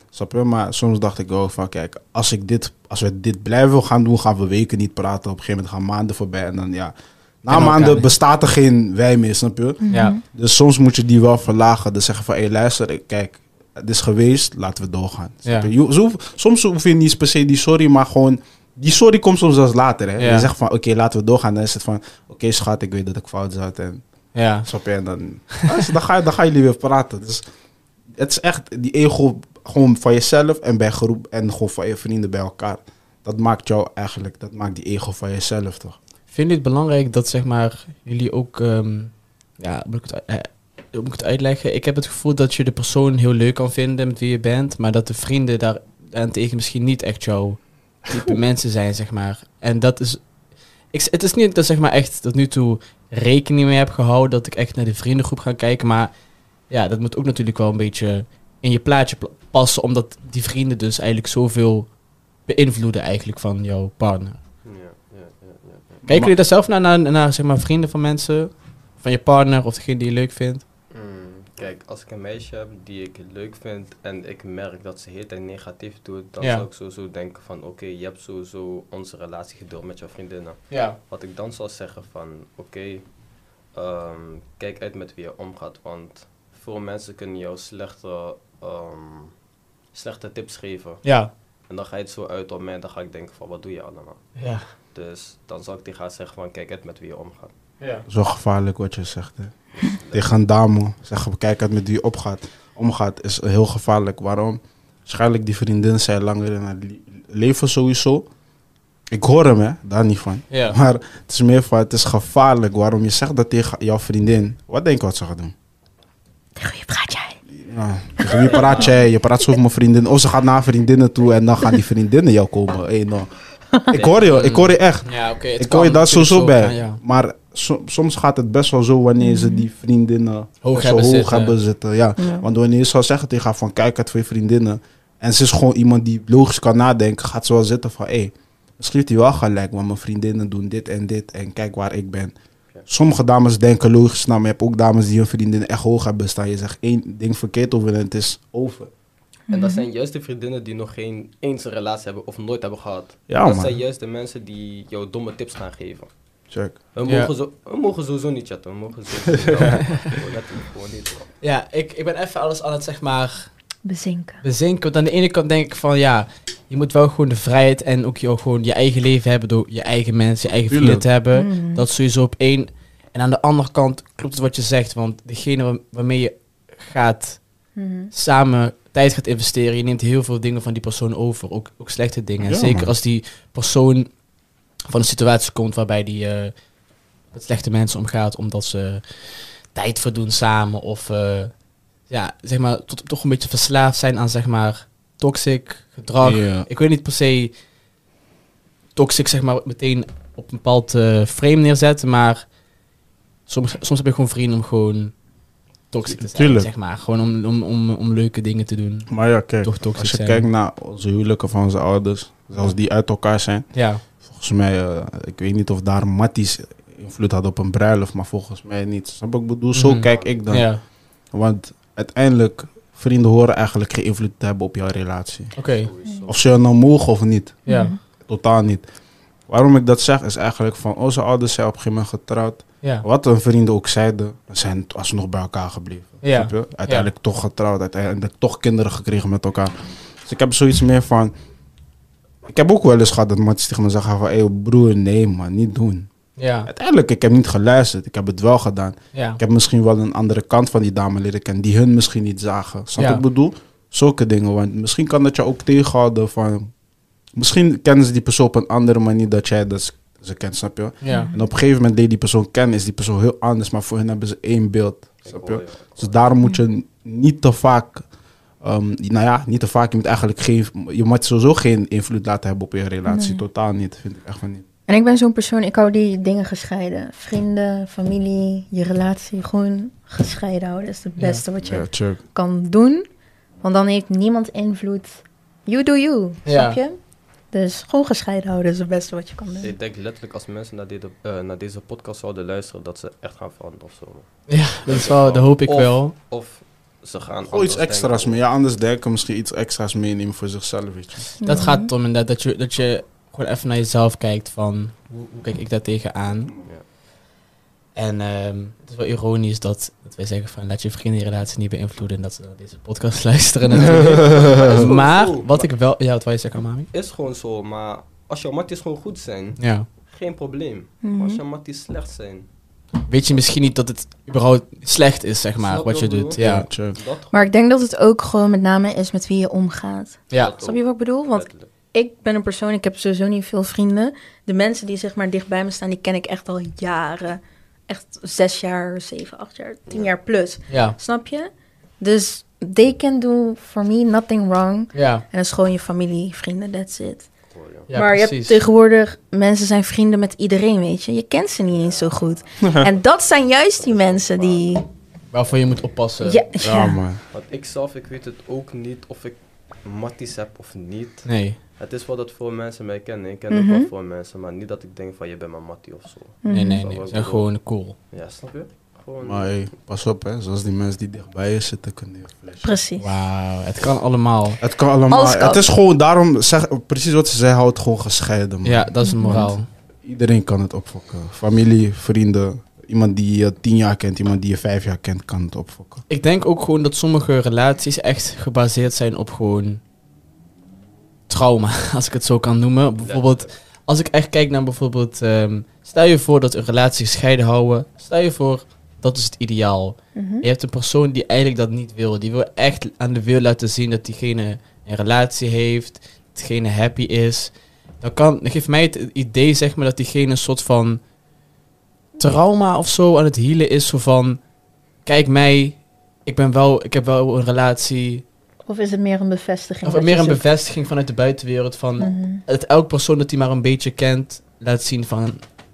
Snap je? Maar soms dacht ik ook van, kijk, als we dit blijven gaan doen, gaan we weken niet praten. Op een gegeven moment gaan maanden voorbij en dan ja... Na En maanden elkaar. bestaat er geen wij meer, snap je? Ja. Dus soms moet je die wel verlagen. Dus zeggen van, hé, luister, kijk, het is geweest, laten we doorgaan. Snap je? Soms hoef je niet per se die sorry, maar gewoon... Die sorry komt soms als later, hè. Ja. Je zegt van, oké, laten we doorgaan. Dan is het van, oké, schat, ik weet dat ik fout zat. En, Ja. snap je? En dan gaan jullie weer praten. Dus het is echt die ego gewoon van jezelf en bij groep en gewoon van je vrienden bij elkaar. Dat maakt jou eigenlijk, dat maakt die ego van jezelf, toch? Vind je het belangrijk dat zeg maar jullie ook, hoe moet ik het uitleggen? Ik heb het gevoel dat je de persoon heel leuk kan vinden met wie je bent, maar dat de vrienden daarentegen misschien niet echt jouw type mensen zijn, zeg maar. En dat is, het is niet dat zeg maar echt tot nu toe rekening mee heb gehouden dat ik echt naar de vriendengroep ga kijken, maar ja, dat moet ook natuurlijk wel een beetje in je plaatje passen, omdat die vrienden dus eigenlijk zoveel beïnvloeden eigenlijk van jouw partner. Kijken jullie daar zelf naar zeg maar, vrienden van mensen? Van je partner of degene die je leuk vindt? Kijk, als ik een meisje heb die ik leuk vind en ik merk dat ze heel tijd negatief doet, dan Ja. zou ik sowieso denken van oké, je hebt sowieso onze relatie gedeeld met jouw vriendinnen. Ja. Wat ik dan zou zeggen van oké, kijk uit met wie je omgaat, want veel mensen kunnen jou slechte tips geven. Ja. En dan ga je het zo uit op mij en dan ga ik denken van wat doe je allemaal. Ja. Dus dan zou ik tegen haar zeggen van kijk uit met wie je omgaat. Ja. Zo gevaarlijk wat je zegt, hè. Tegen een dame zeggen, kijk uit met wie je omgaat, is heel gevaarlijk. Waarom? Waarschijnlijk die vriendinnen zijn langer in haar leven sowieso. Ik hoor hem, hè, daar niet van. Ja. Maar het is meer van, het is gevaarlijk. Waarom? Je zegt dat tegen jouw vriendin. Wat denk je wat ze gaat doen? Tegen wie praat jij? Ja, tegen wie praat jij? Je praat zo over mijn vriendin. Of ze gaat naar vriendinnen toe en dan gaan die vriendinnen jou komen. Hey, no. Ik hoor je echt. Ja, oké. Ik hoor je daar sowieso bij. Ja. Maar soms gaat het best wel zo wanneer ze die vriendinnen Hoog best wel hebben hoog zitten. hebben zitten. Ja. Ja. Want wanneer je zou zeggen tegen haar van kijk uit voor je vriendinnen. En ze is gewoon iemand die logisch kan nadenken. Gaat ze wel zitten van hé, misschien heeft hij wel gelijk. Want mijn vriendinnen doen dit en dit. En kijk waar ik ben. Ja. Sommige dames denken logisch na. Maar je hebt ook dames die hun vriendinnen echt hoog hebben staan. Je zegt één ding verkeerd over en het is over. En dat zijn juist de vriendinnen die nog geen eens een relatie hebben of nooit hebben gehad. Ja, Dat man. zijn juist de mensen die jou domme tips gaan geven. Check. We Ja. mogen sowieso niet chatten. We mogen sowieso gewoon niet. Ja, ik ben even alles aan het zeg maar Bezinken. bezinken. Want aan de ene kant denk ik van ja, je moet wel gewoon de vrijheid en ook gewoon je eigen leven hebben door je eigen mensen, je eigen vrienden Tuurlijk. te hebben. Mhm. Dat is sowieso op één. En aan de andere kant klopt het wat je zegt, want degene waarmee je gaat Mhm. samen tijd gaat investeren, je neemt heel veel dingen van die persoon over, ook slechte dingen. En Ja, zeker man. als die persoon van een situatie komt waarbij die met slechte mensen omgaat, omdat ze tijd verdoen samen of zeg maar toch een beetje verslaafd zijn aan zeg maar toxic gedrag. Ja. Ik weet niet per se toxic zeg maar meteen op een bepaald frame neerzetten, maar soms heb je gewoon vrienden om gewoon toxic te zijn, Tuurlijk. zeg maar. Gewoon om leuke dingen te doen. Maar ja, kijk. Toch toxic Als je zijn. kijkt naar onze huwelijken van onze ouders. Zelfs die uit elkaar zijn. Ja, Volgens mij, ik weet niet of daar matties invloed hadden op een bruiloft, maar volgens mij niet. Snap je wat ik bedoel? Zo Mhm. kijk ik dan. ja. Want uiteindelijk, vrienden horen eigenlijk geen invloed te hebben op jouw relatie. Oké. Of ze je nou mogen of niet. Ja, Mhm. Totaal niet. Waarom ik dat zeg, is eigenlijk van onze ouders zijn op een gegeven moment getrouwd. ja. Wat hun vrienden ook zeiden, we zijn alsnog bij elkaar gebleven. Ja. Snap je? Uiteindelijk toch getrouwd, uiteindelijk toch kinderen gekregen met elkaar. Dus ik heb zoiets meer van... Ik heb ook wel eens gehad dat matties tegen me zeggen van... Hé broer, nee man, niet doen. Ja, Uiteindelijk, ik heb niet geluisterd. Ik heb het wel gedaan. ja. Ik heb misschien wel een andere kant van die dame leren kennen... die hun misschien niet zagen. Snap je Ja. wat ik bedoel? Zulke dingen. Want misschien kan dat je ook tegenhouden van... Misschien kennen ze die persoon op een andere manier dat jij dat ze kent, snap je? Ja. En op een gegeven moment leer je die persoon kennen, is die persoon heel anders, maar voor hen hebben ze één beeld. Snap je? hoor Dus daarom moet je niet te vaak, niet te vaak, je moet eigenlijk je moet sowieso geen invloed laten hebben op je relatie. Nee. Totaal niet, vind ik echt van niet. En ik ben zo'n persoon, ik hou die dingen gescheiden. Vrienden, familie, je relatie, gewoon gescheiden houden. Dat is het Ja. beste wat je Ja, check. kan doen. Want dan heeft niemand invloed. You do you, Ja. snap je? Dus gewoon gescheiden houden is het beste wat je kan doen. Ik denk letterlijk als mensen naar deze podcast zouden luisteren, dat ze echt gaan veranderen of zo. Ja, dat is wel, dat hoop ik Of- wel. Of ze gaan Gewoon iets anders extra's denken. mee. Ja, anders denken, misschien iets extra's meenemen voor zichzelf, weet je. Dat gaat het om inderdaad, dat je gewoon even naar jezelf kijkt van, hoe kijk ik daar tegenaan? Ja. En het is wel ironisch dat wij zeggen van, laat je vriendenrelatie niet beïnvloeden en dat ze naar deze podcast luisteren natuurlijk. Maar, wat ik wel... Ja, wat wil je zeggen, Mami? Is gewoon zo, maar als jouw matties gewoon goed zijn, Ja. geen probleem. Mhm. Maar als jouw matties slecht zijn, Weet je misschien niet dat het überhaupt slecht is, zeg maar, Snap wat je wat ik doet. bedoel? Ja. Check. dat Maar ik denk dat het ook gewoon met name is met wie je omgaat. Ja. Snap je wat ik bedoel? Want letterlijk. ik ben een persoon, ik heb sowieso niet veel vrienden. De mensen die zeg maar dicht bij me staan, die ken ik echt al jaren. Echt 6 jaar, 7, 8 jaar, 10 jaar plus. Ja. Snap je? Dus they can do for me nothing wrong. Ja. En dat is gewoon je familie, vrienden, that's it. Goh, ja. Ja, maar je precies. hebt tegenwoordig, mensen zijn vrienden met iedereen, weet je. Je kent ze niet eens zo goed. En dat zijn juist die mensen die... Waarvoor je moet oppassen. Ja, Ja, ja. man. Want ik zelf, ik weet het ook niet of ik matties heb of niet. Nee. Het is wel dat veel mensen mij kennen. Ik ken Mhm. ook wel veel mensen, maar niet dat ik denk van je bent mijn mattie of zo. Nee, nee, Zo nee. wat Ze zijn ik bedoel. gewoon cool. Ja, snap je? Gewoon. Maar hey, pas op, hè. Zoals die mensen die dichtbij je zitten, kunnen je flashen. Precies. Wauw, het kan allemaal. Het kan allemaal. Alles kan. Het is gewoon, daarom, precies wat ze zei, hou het gewoon gescheiden, man. Ja, dat is een moraal. Iedereen kan het opfokken. Familie, vrienden, iemand die je 10 jaar kent, iemand die je 5 jaar kent, kan het opfokken. Ik denk ook gewoon dat sommige relaties echt gebaseerd zijn op gewoon trauma, als ik het zo kan noemen. Bijvoorbeeld, als ik echt kijk naar bijvoorbeeld, stel je voor dat een relatie gescheiden houden. Stel je voor, dat is het ideaal. Mhm. Je hebt een persoon die eigenlijk dat niet wil. Die wil echt aan de wereld laten zien dat diegene een relatie heeft, dat diegene happy is. Dan geeft mij het idee, zeg maar, dat diegene een soort van trauma of zo aan het healen is. Zo van, kijk mij, ik heb wel een relatie. Of is het meer een bevestiging? Of dat meer je een zoekt? bevestiging vanuit de buitenwereld van Mhm. dat elk persoon dat hij maar een beetje kent, laat zien van,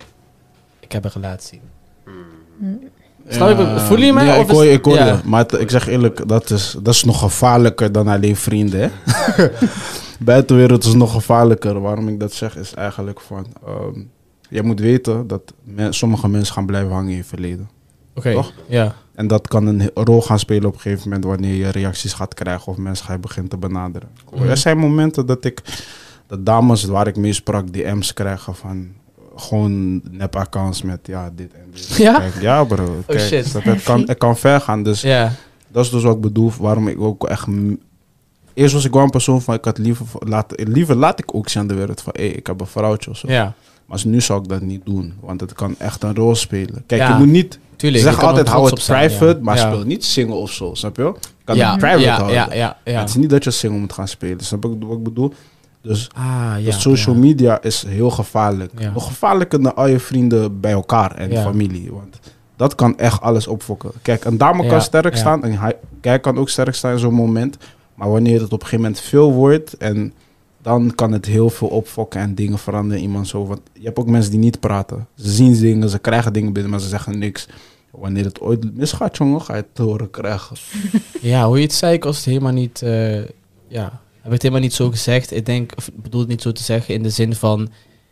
ik heb een relatie. Mhm. Snap je? Voel je mij? Ja, Of ik hoor je, is- ik hoor ja. je. Maar ik zeg eerlijk, dat is nog gevaarlijker dan alleen vrienden, hè. Buitenwereld is nog gevaarlijker. Waarom ik dat zeg, is eigenlijk van... jij moet weten dat sommige mensen gaan blijven hangen in je verleden. Oké, Toch? ja. En dat kan een rol gaan spelen op een gegeven moment wanneer je reacties gaat krijgen of mensen gaan begint te benaderen. Mhm. Er zijn momenten dat dames waar ik mee sprak, DM's krijgen van gewoon nep-accounts met ja, dit en dit. Ja? Kijk, ja bro. Kijk, shit. Het kan ver gaan. Dus Ja. dat is dus wat ik bedoel, waarom ik ook echt... Eerst was ik wel een persoon van, ik had liever laat ik ook zien aan de wereld van, hé, ik heb een vrouwtje of zo. Ja, Maar nu zou ik dat niet doen, want het kan echt een rol spelen. Kijk, Ja. je moet niet... tuurlijk. Ze je zeggen kan altijd, ook hou trots het op zijn, private, ja. maar Ja. speel niet single of zo, snap je? Je kan Ja, het private ja, houden. ja. Het is niet dat je single moet gaan spelen, snap je wat ik bedoel? Dus Ah, ja. dus social media is heel gevaarlijk. Ja. Nog gevaarlijker dan al je vrienden bij elkaar en Ja. familie. Want dat kan echt alles opfokken. Kijk, een dame Ja, kan sterk ja. staan en hij kan ook sterk staan in zo'n moment. Maar wanneer het op een gegeven moment veel wordt en dan kan het heel veel opfokken en dingen veranderen in iemand zo. Want je hebt ook mensen die niet praten. Ze zien dingen, ze krijgen dingen binnen, maar ze zeggen niks. Wanneer het ooit misgaat, jongen, ga je het te horen krijgen. Ja, hoe je het zei, ik was het helemaal niet... ja, heb ik het helemaal niet zo gezegd. Ik denk, of ik bedoel het niet zo te zeggen in de zin van...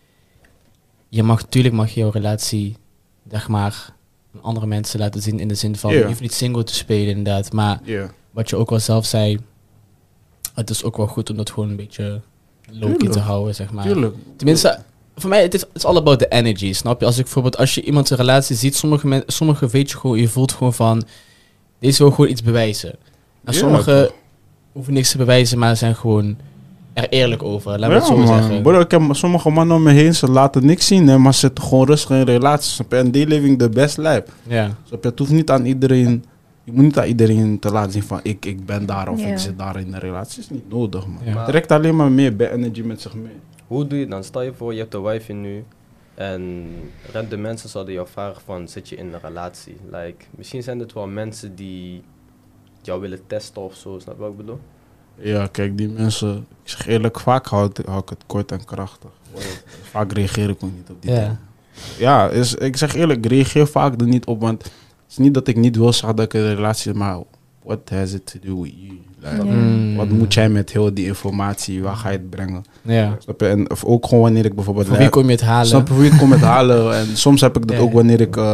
Tuurlijk mag je jouw relatie, zeg maar, aan andere mensen laten zien. In de zin van, Ja. je hoeft niet single te spelen inderdaad. Maar Ja. wat je ook al zelf zei... Het is ook wel goed om dat gewoon een beetje low-key Tuurlijk. te houden, zeg maar. Tuurlijk. Tenminste, voor mij, het is all about the energy, snap je? Als je iemand een relatie ziet, sommige weet je gewoon, je voelt gewoon van, deze wil gewoon iets bewijzen. En Ja, sommige toch. hoeven niks te bewijzen, maar zijn gewoon er eerlijk over. Laat me het Ja, zo man. zeggen. Bro, ik heb sommige mannen om me heen, ze laten niks zien, hè, maar ze zitten gewoon rustig in relaties. Snap je? En die living the best life. Ja, Snap je? Het hoeft niet aan iedereen, je moet niet aan iedereen te laten zien van ik ben daar of Ja. ik zit daar in een relatie. Dat is niet nodig, man. Ja. Het trekt alleen maar meer bad energy met zich mee. Hoe doe je het dan? Stel je voor, je hebt een wijfje nu en random mensen zouden jou vragen van, zit je in een relatie? Like, misschien zijn het wel mensen die jou willen testen of zo, snap je wat ik bedoel? Ja, kijk, die mensen, ik zeg eerlijk, vaak hou ik het kort en krachtig. Vaak reageer ik ook niet op die Ja. dingen. Ja, ik zeg eerlijk, ik reageer vaak er niet op, want het is niet dat ik niet wil zeggen dat ik in een relatie ben, maar what has it to do with you? Like, Ja. Mm. Wat moet jij met heel die informatie, waar ga je het brengen? Ja. Snap je? En of ook gewoon wanneer ik bijvoorbeeld... Voor wie kom je het halen? Snap je, hoe je het komt met halen. En soms heb ik dat Ja. ook wanneer ik bijvoorbeeld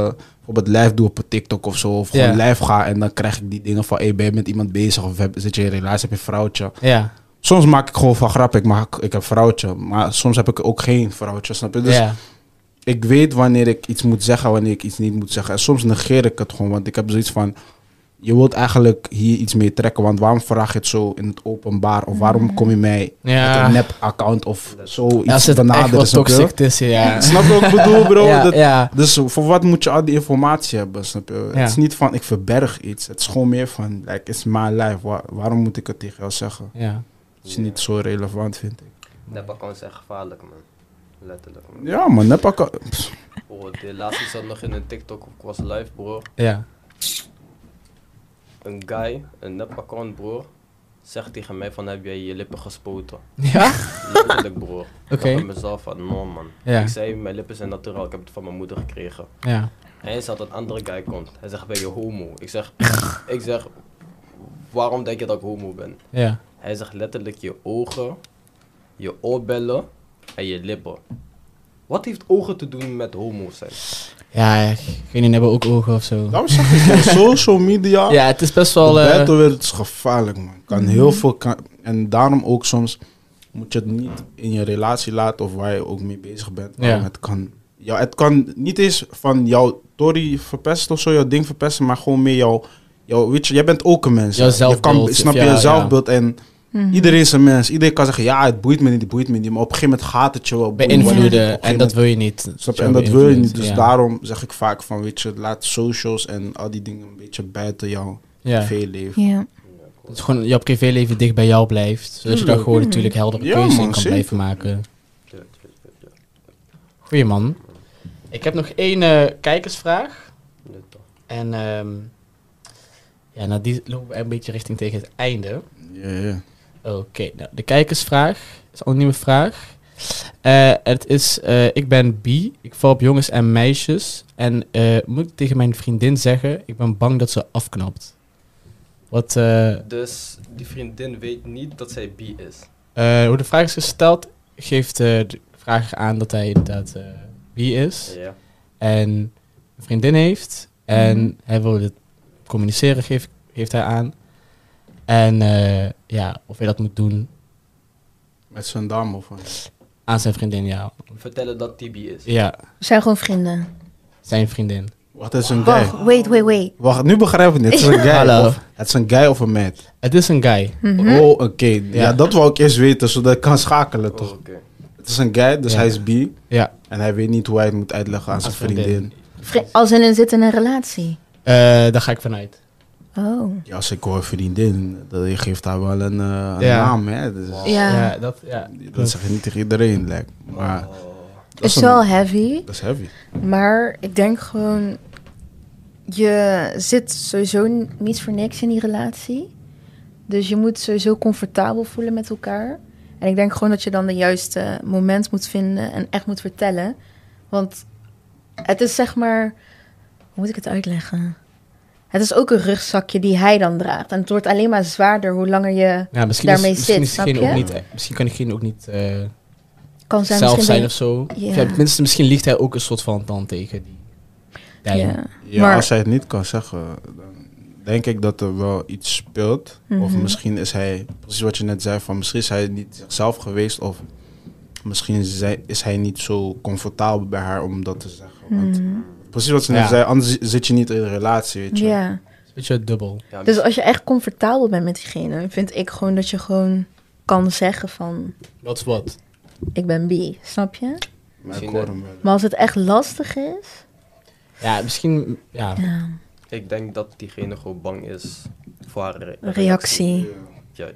bijvoorbeeld live doe op TikTok of zo. Of gewoon Ja. live ga en dan krijg ik die dingen van... ben je met iemand bezig of zit je in een relatie, heb je een vrouwtje? Ja. Soms maak ik gewoon van grap, ik heb een vrouwtje. Maar soms heb ik ook geen vrouwtje, snap je? Dus Ja. ik weet wanneer ik iets moet zeggen, wanneer ik iets niet moet zeggen. En soms negeer ik het gewoon, want ik heb zoiets van... Je wilt eigenlijk hier iets mee trekken, want waarom vraag je het zo in het openbaar? Of waarom kom je mij Ja. met een nep-account of Als zoiets het echt benaderen? wat snap je? toxic is, ja. Snap je wat ik bedoel, bro? Ja, ja. Dus voor wat moet je al die informatie hebben, snap je? Ja. Het is niet van, ik verberg iets. Het is gewoon meer van, like, it's my life. Waarom moet ik het tegen jou zeggen? Ja. Het is niet zo relevant, vind ik. Nep-accounts zijn gevaarlijk, man. Letterlijk, man. Ja, maar nep-account... Bro, de laatste zat nog in een TikTok, ik was live, bro. Ja. Een guy, een nep-account, bro, zegt tegen mij van, heb jij je lippen gespoten? Ja? Letterlijk, bro. Ik Oké. dacht bij mezelf van, no, man. Ja. Ik zei, mijn lippen zijn naturaal, ik heb het van mijn moeder gekregen. Ja. Hij zat een andere guy komt. Hij zegt, ben je homo? Ik zeg, waarom denk je dat ik homo ben? Ja. Hij zegt letterlijk je ogen, je oorbellen en je lippen. Wat heeft ogen te doen met homo zijn? Ja, geen hebben ook ogen of zo. Daarom zeg ik, je, social media... Ja, het is best wel... De buitenwereld is gevaarlijk, man. Kan heel veel... en daarom ook soms moet je het niet in je relatie laten of waar je ook mee bezig bent. Ja. Het kan niet eens van jouw Tory verpesten of zo, jouw ding verpesten, maar gewoon meer jouw weet je, jij bent ook een mens. Jouw hè. Je zelfbeeld, kan, snap je, ja, je zelfbeeld en Mhm. iedereen is een mens. Iedereen kan zeggen, ja, het boeit me niet, maar op een gegeven moment gaat het je wel boeien. beïnvloeden. Op een En gegeven dat moment- wil je niet. Snap je? Zo En dat wil je beïnvloeden, niet. Dus ja. daarom zeg ik vaak van, weet je, laat socials en al die dingen een beetje buiten jouw Ja. privéleven. Ja. Dat is gewoon jouw privéleven dicht bij jou blijft. Zodat je daar Tuurlijk. gewoon natuurlijk heldere Ja, keuzes in man, kan zeker. blijven maken. Ja. Goeie man. Ik heb nog één kijkersvraag. Dit toch. En ja, nou die lopen we een beetje richting tegen het einde. Ja. Oké, nou de kijkersvraag is een anonieme vraag. Het is, ik ben bi, ik val op jongens en meisjes. En moet ik tegen mijn vriendin zeggen, ik ben bang dat ze afknapt. Wat, Dus die vriendin weet niet dat zij bi is. hoe de vraag is gesteld, geeft de vrager aan dat hij inderdaad bi is. Ja. En een vriendin heeft. En Mhm. hij wil dit communiceren, geeft hij aan. En ja, of hij dat moet doen Met zijn dame of aan zijn vriendin, ja. Vertellen dat die bi is. Ja, We zijn gewoon vrienden. zijn vriendin. Wacht, het is een guy. Wacht, wait. Wacht, nu begrijp ik het. Het is een guy. Hallo. Of, het is een guy of een meid. Het is een guy. Mhm. Oh, oké. Ja, dat wou ik eerst weten, zodat ik kan schakelen, Oh, toch? oké. Het is een guy, dus Ja. hij is bi. Ja, En hij weet niet hoe hij het moet uitleggen aan zijn Als vriendin. vriendin. Als in een zittende relatie. daar ga ik vanuit. Oh. Ja, als ik hoor vriendin, je geeft haar wel een Ja. naam, hè. Dus, Ja. dat zeg je niet tegen iedereen, lijkt me. Maar Oh. dat Het is een- wel heavy. Dat is heavy. Maar ik denk gewoon... Je zit sowieso niet voor niks in die relatie. Dus je moet sowieso comfortabel voelen met elkaar. En ik denk gewoon dat je dan de juiste moment moet vinden en echt moet vertellen. Want het is zeg maar... Hoe moet ik het uitleggen? Het is ook een rugzakje die hij dan draagt. En het wordt alleen maar zwaarder hoe langer je Ja, misschien daarmee misschien zit, is snap diegene je? ook niet, misschien kan diegene ook niet kan zijn. zelf Misschien zijn ben of zo. Ja. Of ja, tenminste, misschien liegt hij ook een soort van dan tegen die. je- Ja. ja. Ja, Maar- als hij het niet kan zeggen, dan denk ik dat er wel iets speelt. Of Mhm. misschien is hij, precies wat je net zei, van misschien is hij niet zichzelf geweest. Of misschien is hij niet zo comfortabel bij haar om dat te zeggen. Want Mhm. precies wat ze net Ja. zei, anders zit je niet in een relatie, weet je. Ja. Beetje dubbel. Ja, Dus als je echt comfortabel bent met diegene, vind ik gewoon dat je gewoon kan zeggen van, Wat is wat? ik ben bi, snap je? Maar ik Misschien, hoor hem wel. Maar als het echt lastig is, Ja, misschien, ja. ja, Ik denk dat diegene gewoon bang is voor haar reactie. Ja.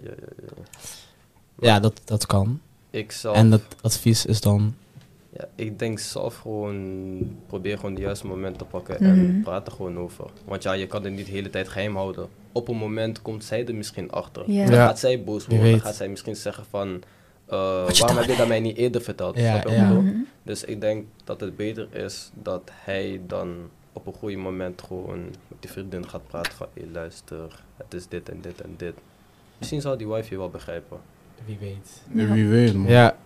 Ja, dat kan. Ik zelf, En dat advies is dan... ja, ik denk zelf gewoon, probeer gewoon de juiste moment te pakken Mhm. en praat er gewoon over. Want ja, je kan het niet de hele tijd geheim houden. Op een moment komt zij er misschien achter. Ja. Dan Ja. gaat zij boos Wie worden. Dan weet. gaat zij misschien zeggen van, je waarom heb je dat mij niet eerder verteld? Ja, Snap je wat ja. ik bedoel? Mhm. Dus ik denk dat het beter is dat hij dan op een goede moment gewoon met die vriendin gaat praten van, hé luister, het is dit en dit en dit. Misschien zal die wife je wel begrijpen. Wie weet. Ja, wie weet, man. Ja,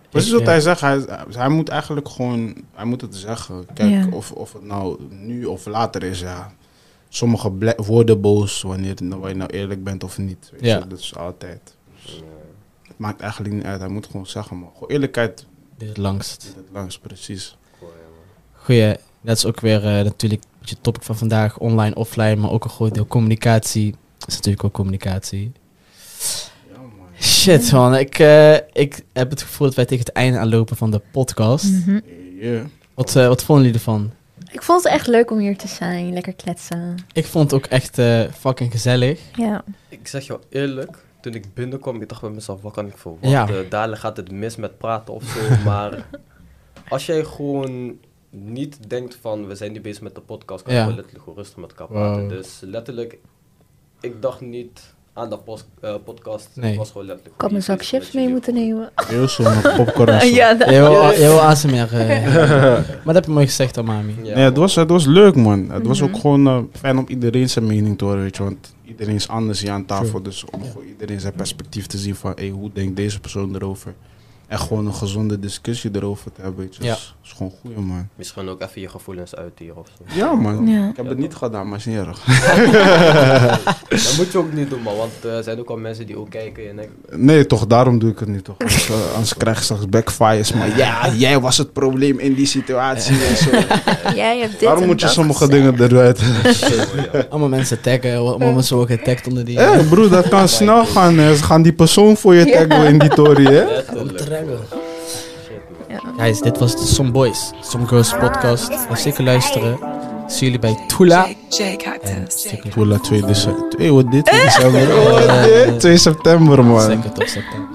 Precies wat hij zegt. Hij moet eigenlijk gewoon... Hij moet het zeggen. Kijk, Ja. of het nou nu of later is, ja. Sommige worden boos wanneer je nou eerlijk bent of niet. Weet Ja. je? Dat is altijd. Dus het maakt eigenlijk niet uit. Hij moet gewoon zeggen, man. Gewoon eerlijkheid Dit het langst. zit het langs, precies. Goeie, dat is ook weer natuurlijk een beetje het topic van vandaag. Online, offline, maar ook een groot deel communicatie. Dat is natuurlijk ook communicatie. Ja, man. Shit, man. Ik heb het gevoel dat wij tegen het einde aanlopen van de podcast. Mhm. Yeah. Wat vonden jullie ervan? Ik vond het echt leuk om hier te zijn. Lekker kletsen. Ik vond het ook echt fucking gezellig. Ja. Ik zeg jou eerlijk, toen ik binnenkwam, ik dacht bij mezelf, wat kan ik verwachten? Dadelijk gaat het mis met praten of zo, maar als jij gewoon niet denkt van, we zijn nu bezig met de podcast, kan je Ja. gewoon letterlijk gewoon rustig met elkaar praten. Wow. Dus letterlijk, ik dacht niet aan de podcast, Nee. het was gewoon letterlijk. Ik had mijn zak chips mee moeten nemen. Heel zo, met popcorn en zo. Ja, dat- Jij wil ASMR. Maar dat heb je mooi gezegd, Amami. Ja, Nee, het was leuk, man. Het was Mhm. ook gewoon fijn om iedereen zijn mening te horen, weet je. Want iedereen is anders hier aan tafel. True. Dus om gewoon iedereen zijn perspectief te zien van... Hey, hoe denkt deze persoon erover? En gewoon een gezonde discussie erover te hebben, weet je. Ja. Dus dat is gewoon goed, man. Misschien ook even je gevoelens uit hier of zo. Ja, man. Ja. Ik heb het niet gedaan, maar is niet erg. Dat moet je ook niet doen, man, want er zijn ook al mensen die ook kijken en denken, Nee, toch, daarom doe ik het niet, toch. Anders krijg je straks backfires. Maar ja, jij was het probleem in die situatie en zo. Jij hebt dit Daarom en moet je dat sommige gezegd. dingen eruit. Allemaal mensen taggen. Allemaal mensen worden getagd onder die... Broer, dat kan snel gaan. Hè. Ze gaan die persoon voor je taggen in die tory, hè. letterlijk. Shit, man. Ja. Guys, dit was de Some Boys, Some Girls podcast. Ga zeker luisteren. Zie jullie bij Tula. En check it. Tula 2 december. Hey, wat dit? 2 december. Wat dit? 2 september, man. Zeker tot september.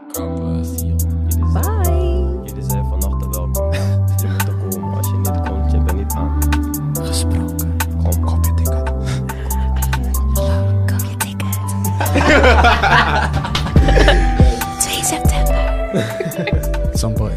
Bye. Jullie zijn van harte welkom. Je moet er komen. Als je niet komt, je bent niet aan. Gesproken. Kom je ticket. Koop je ticket. 2 september. Some Boys.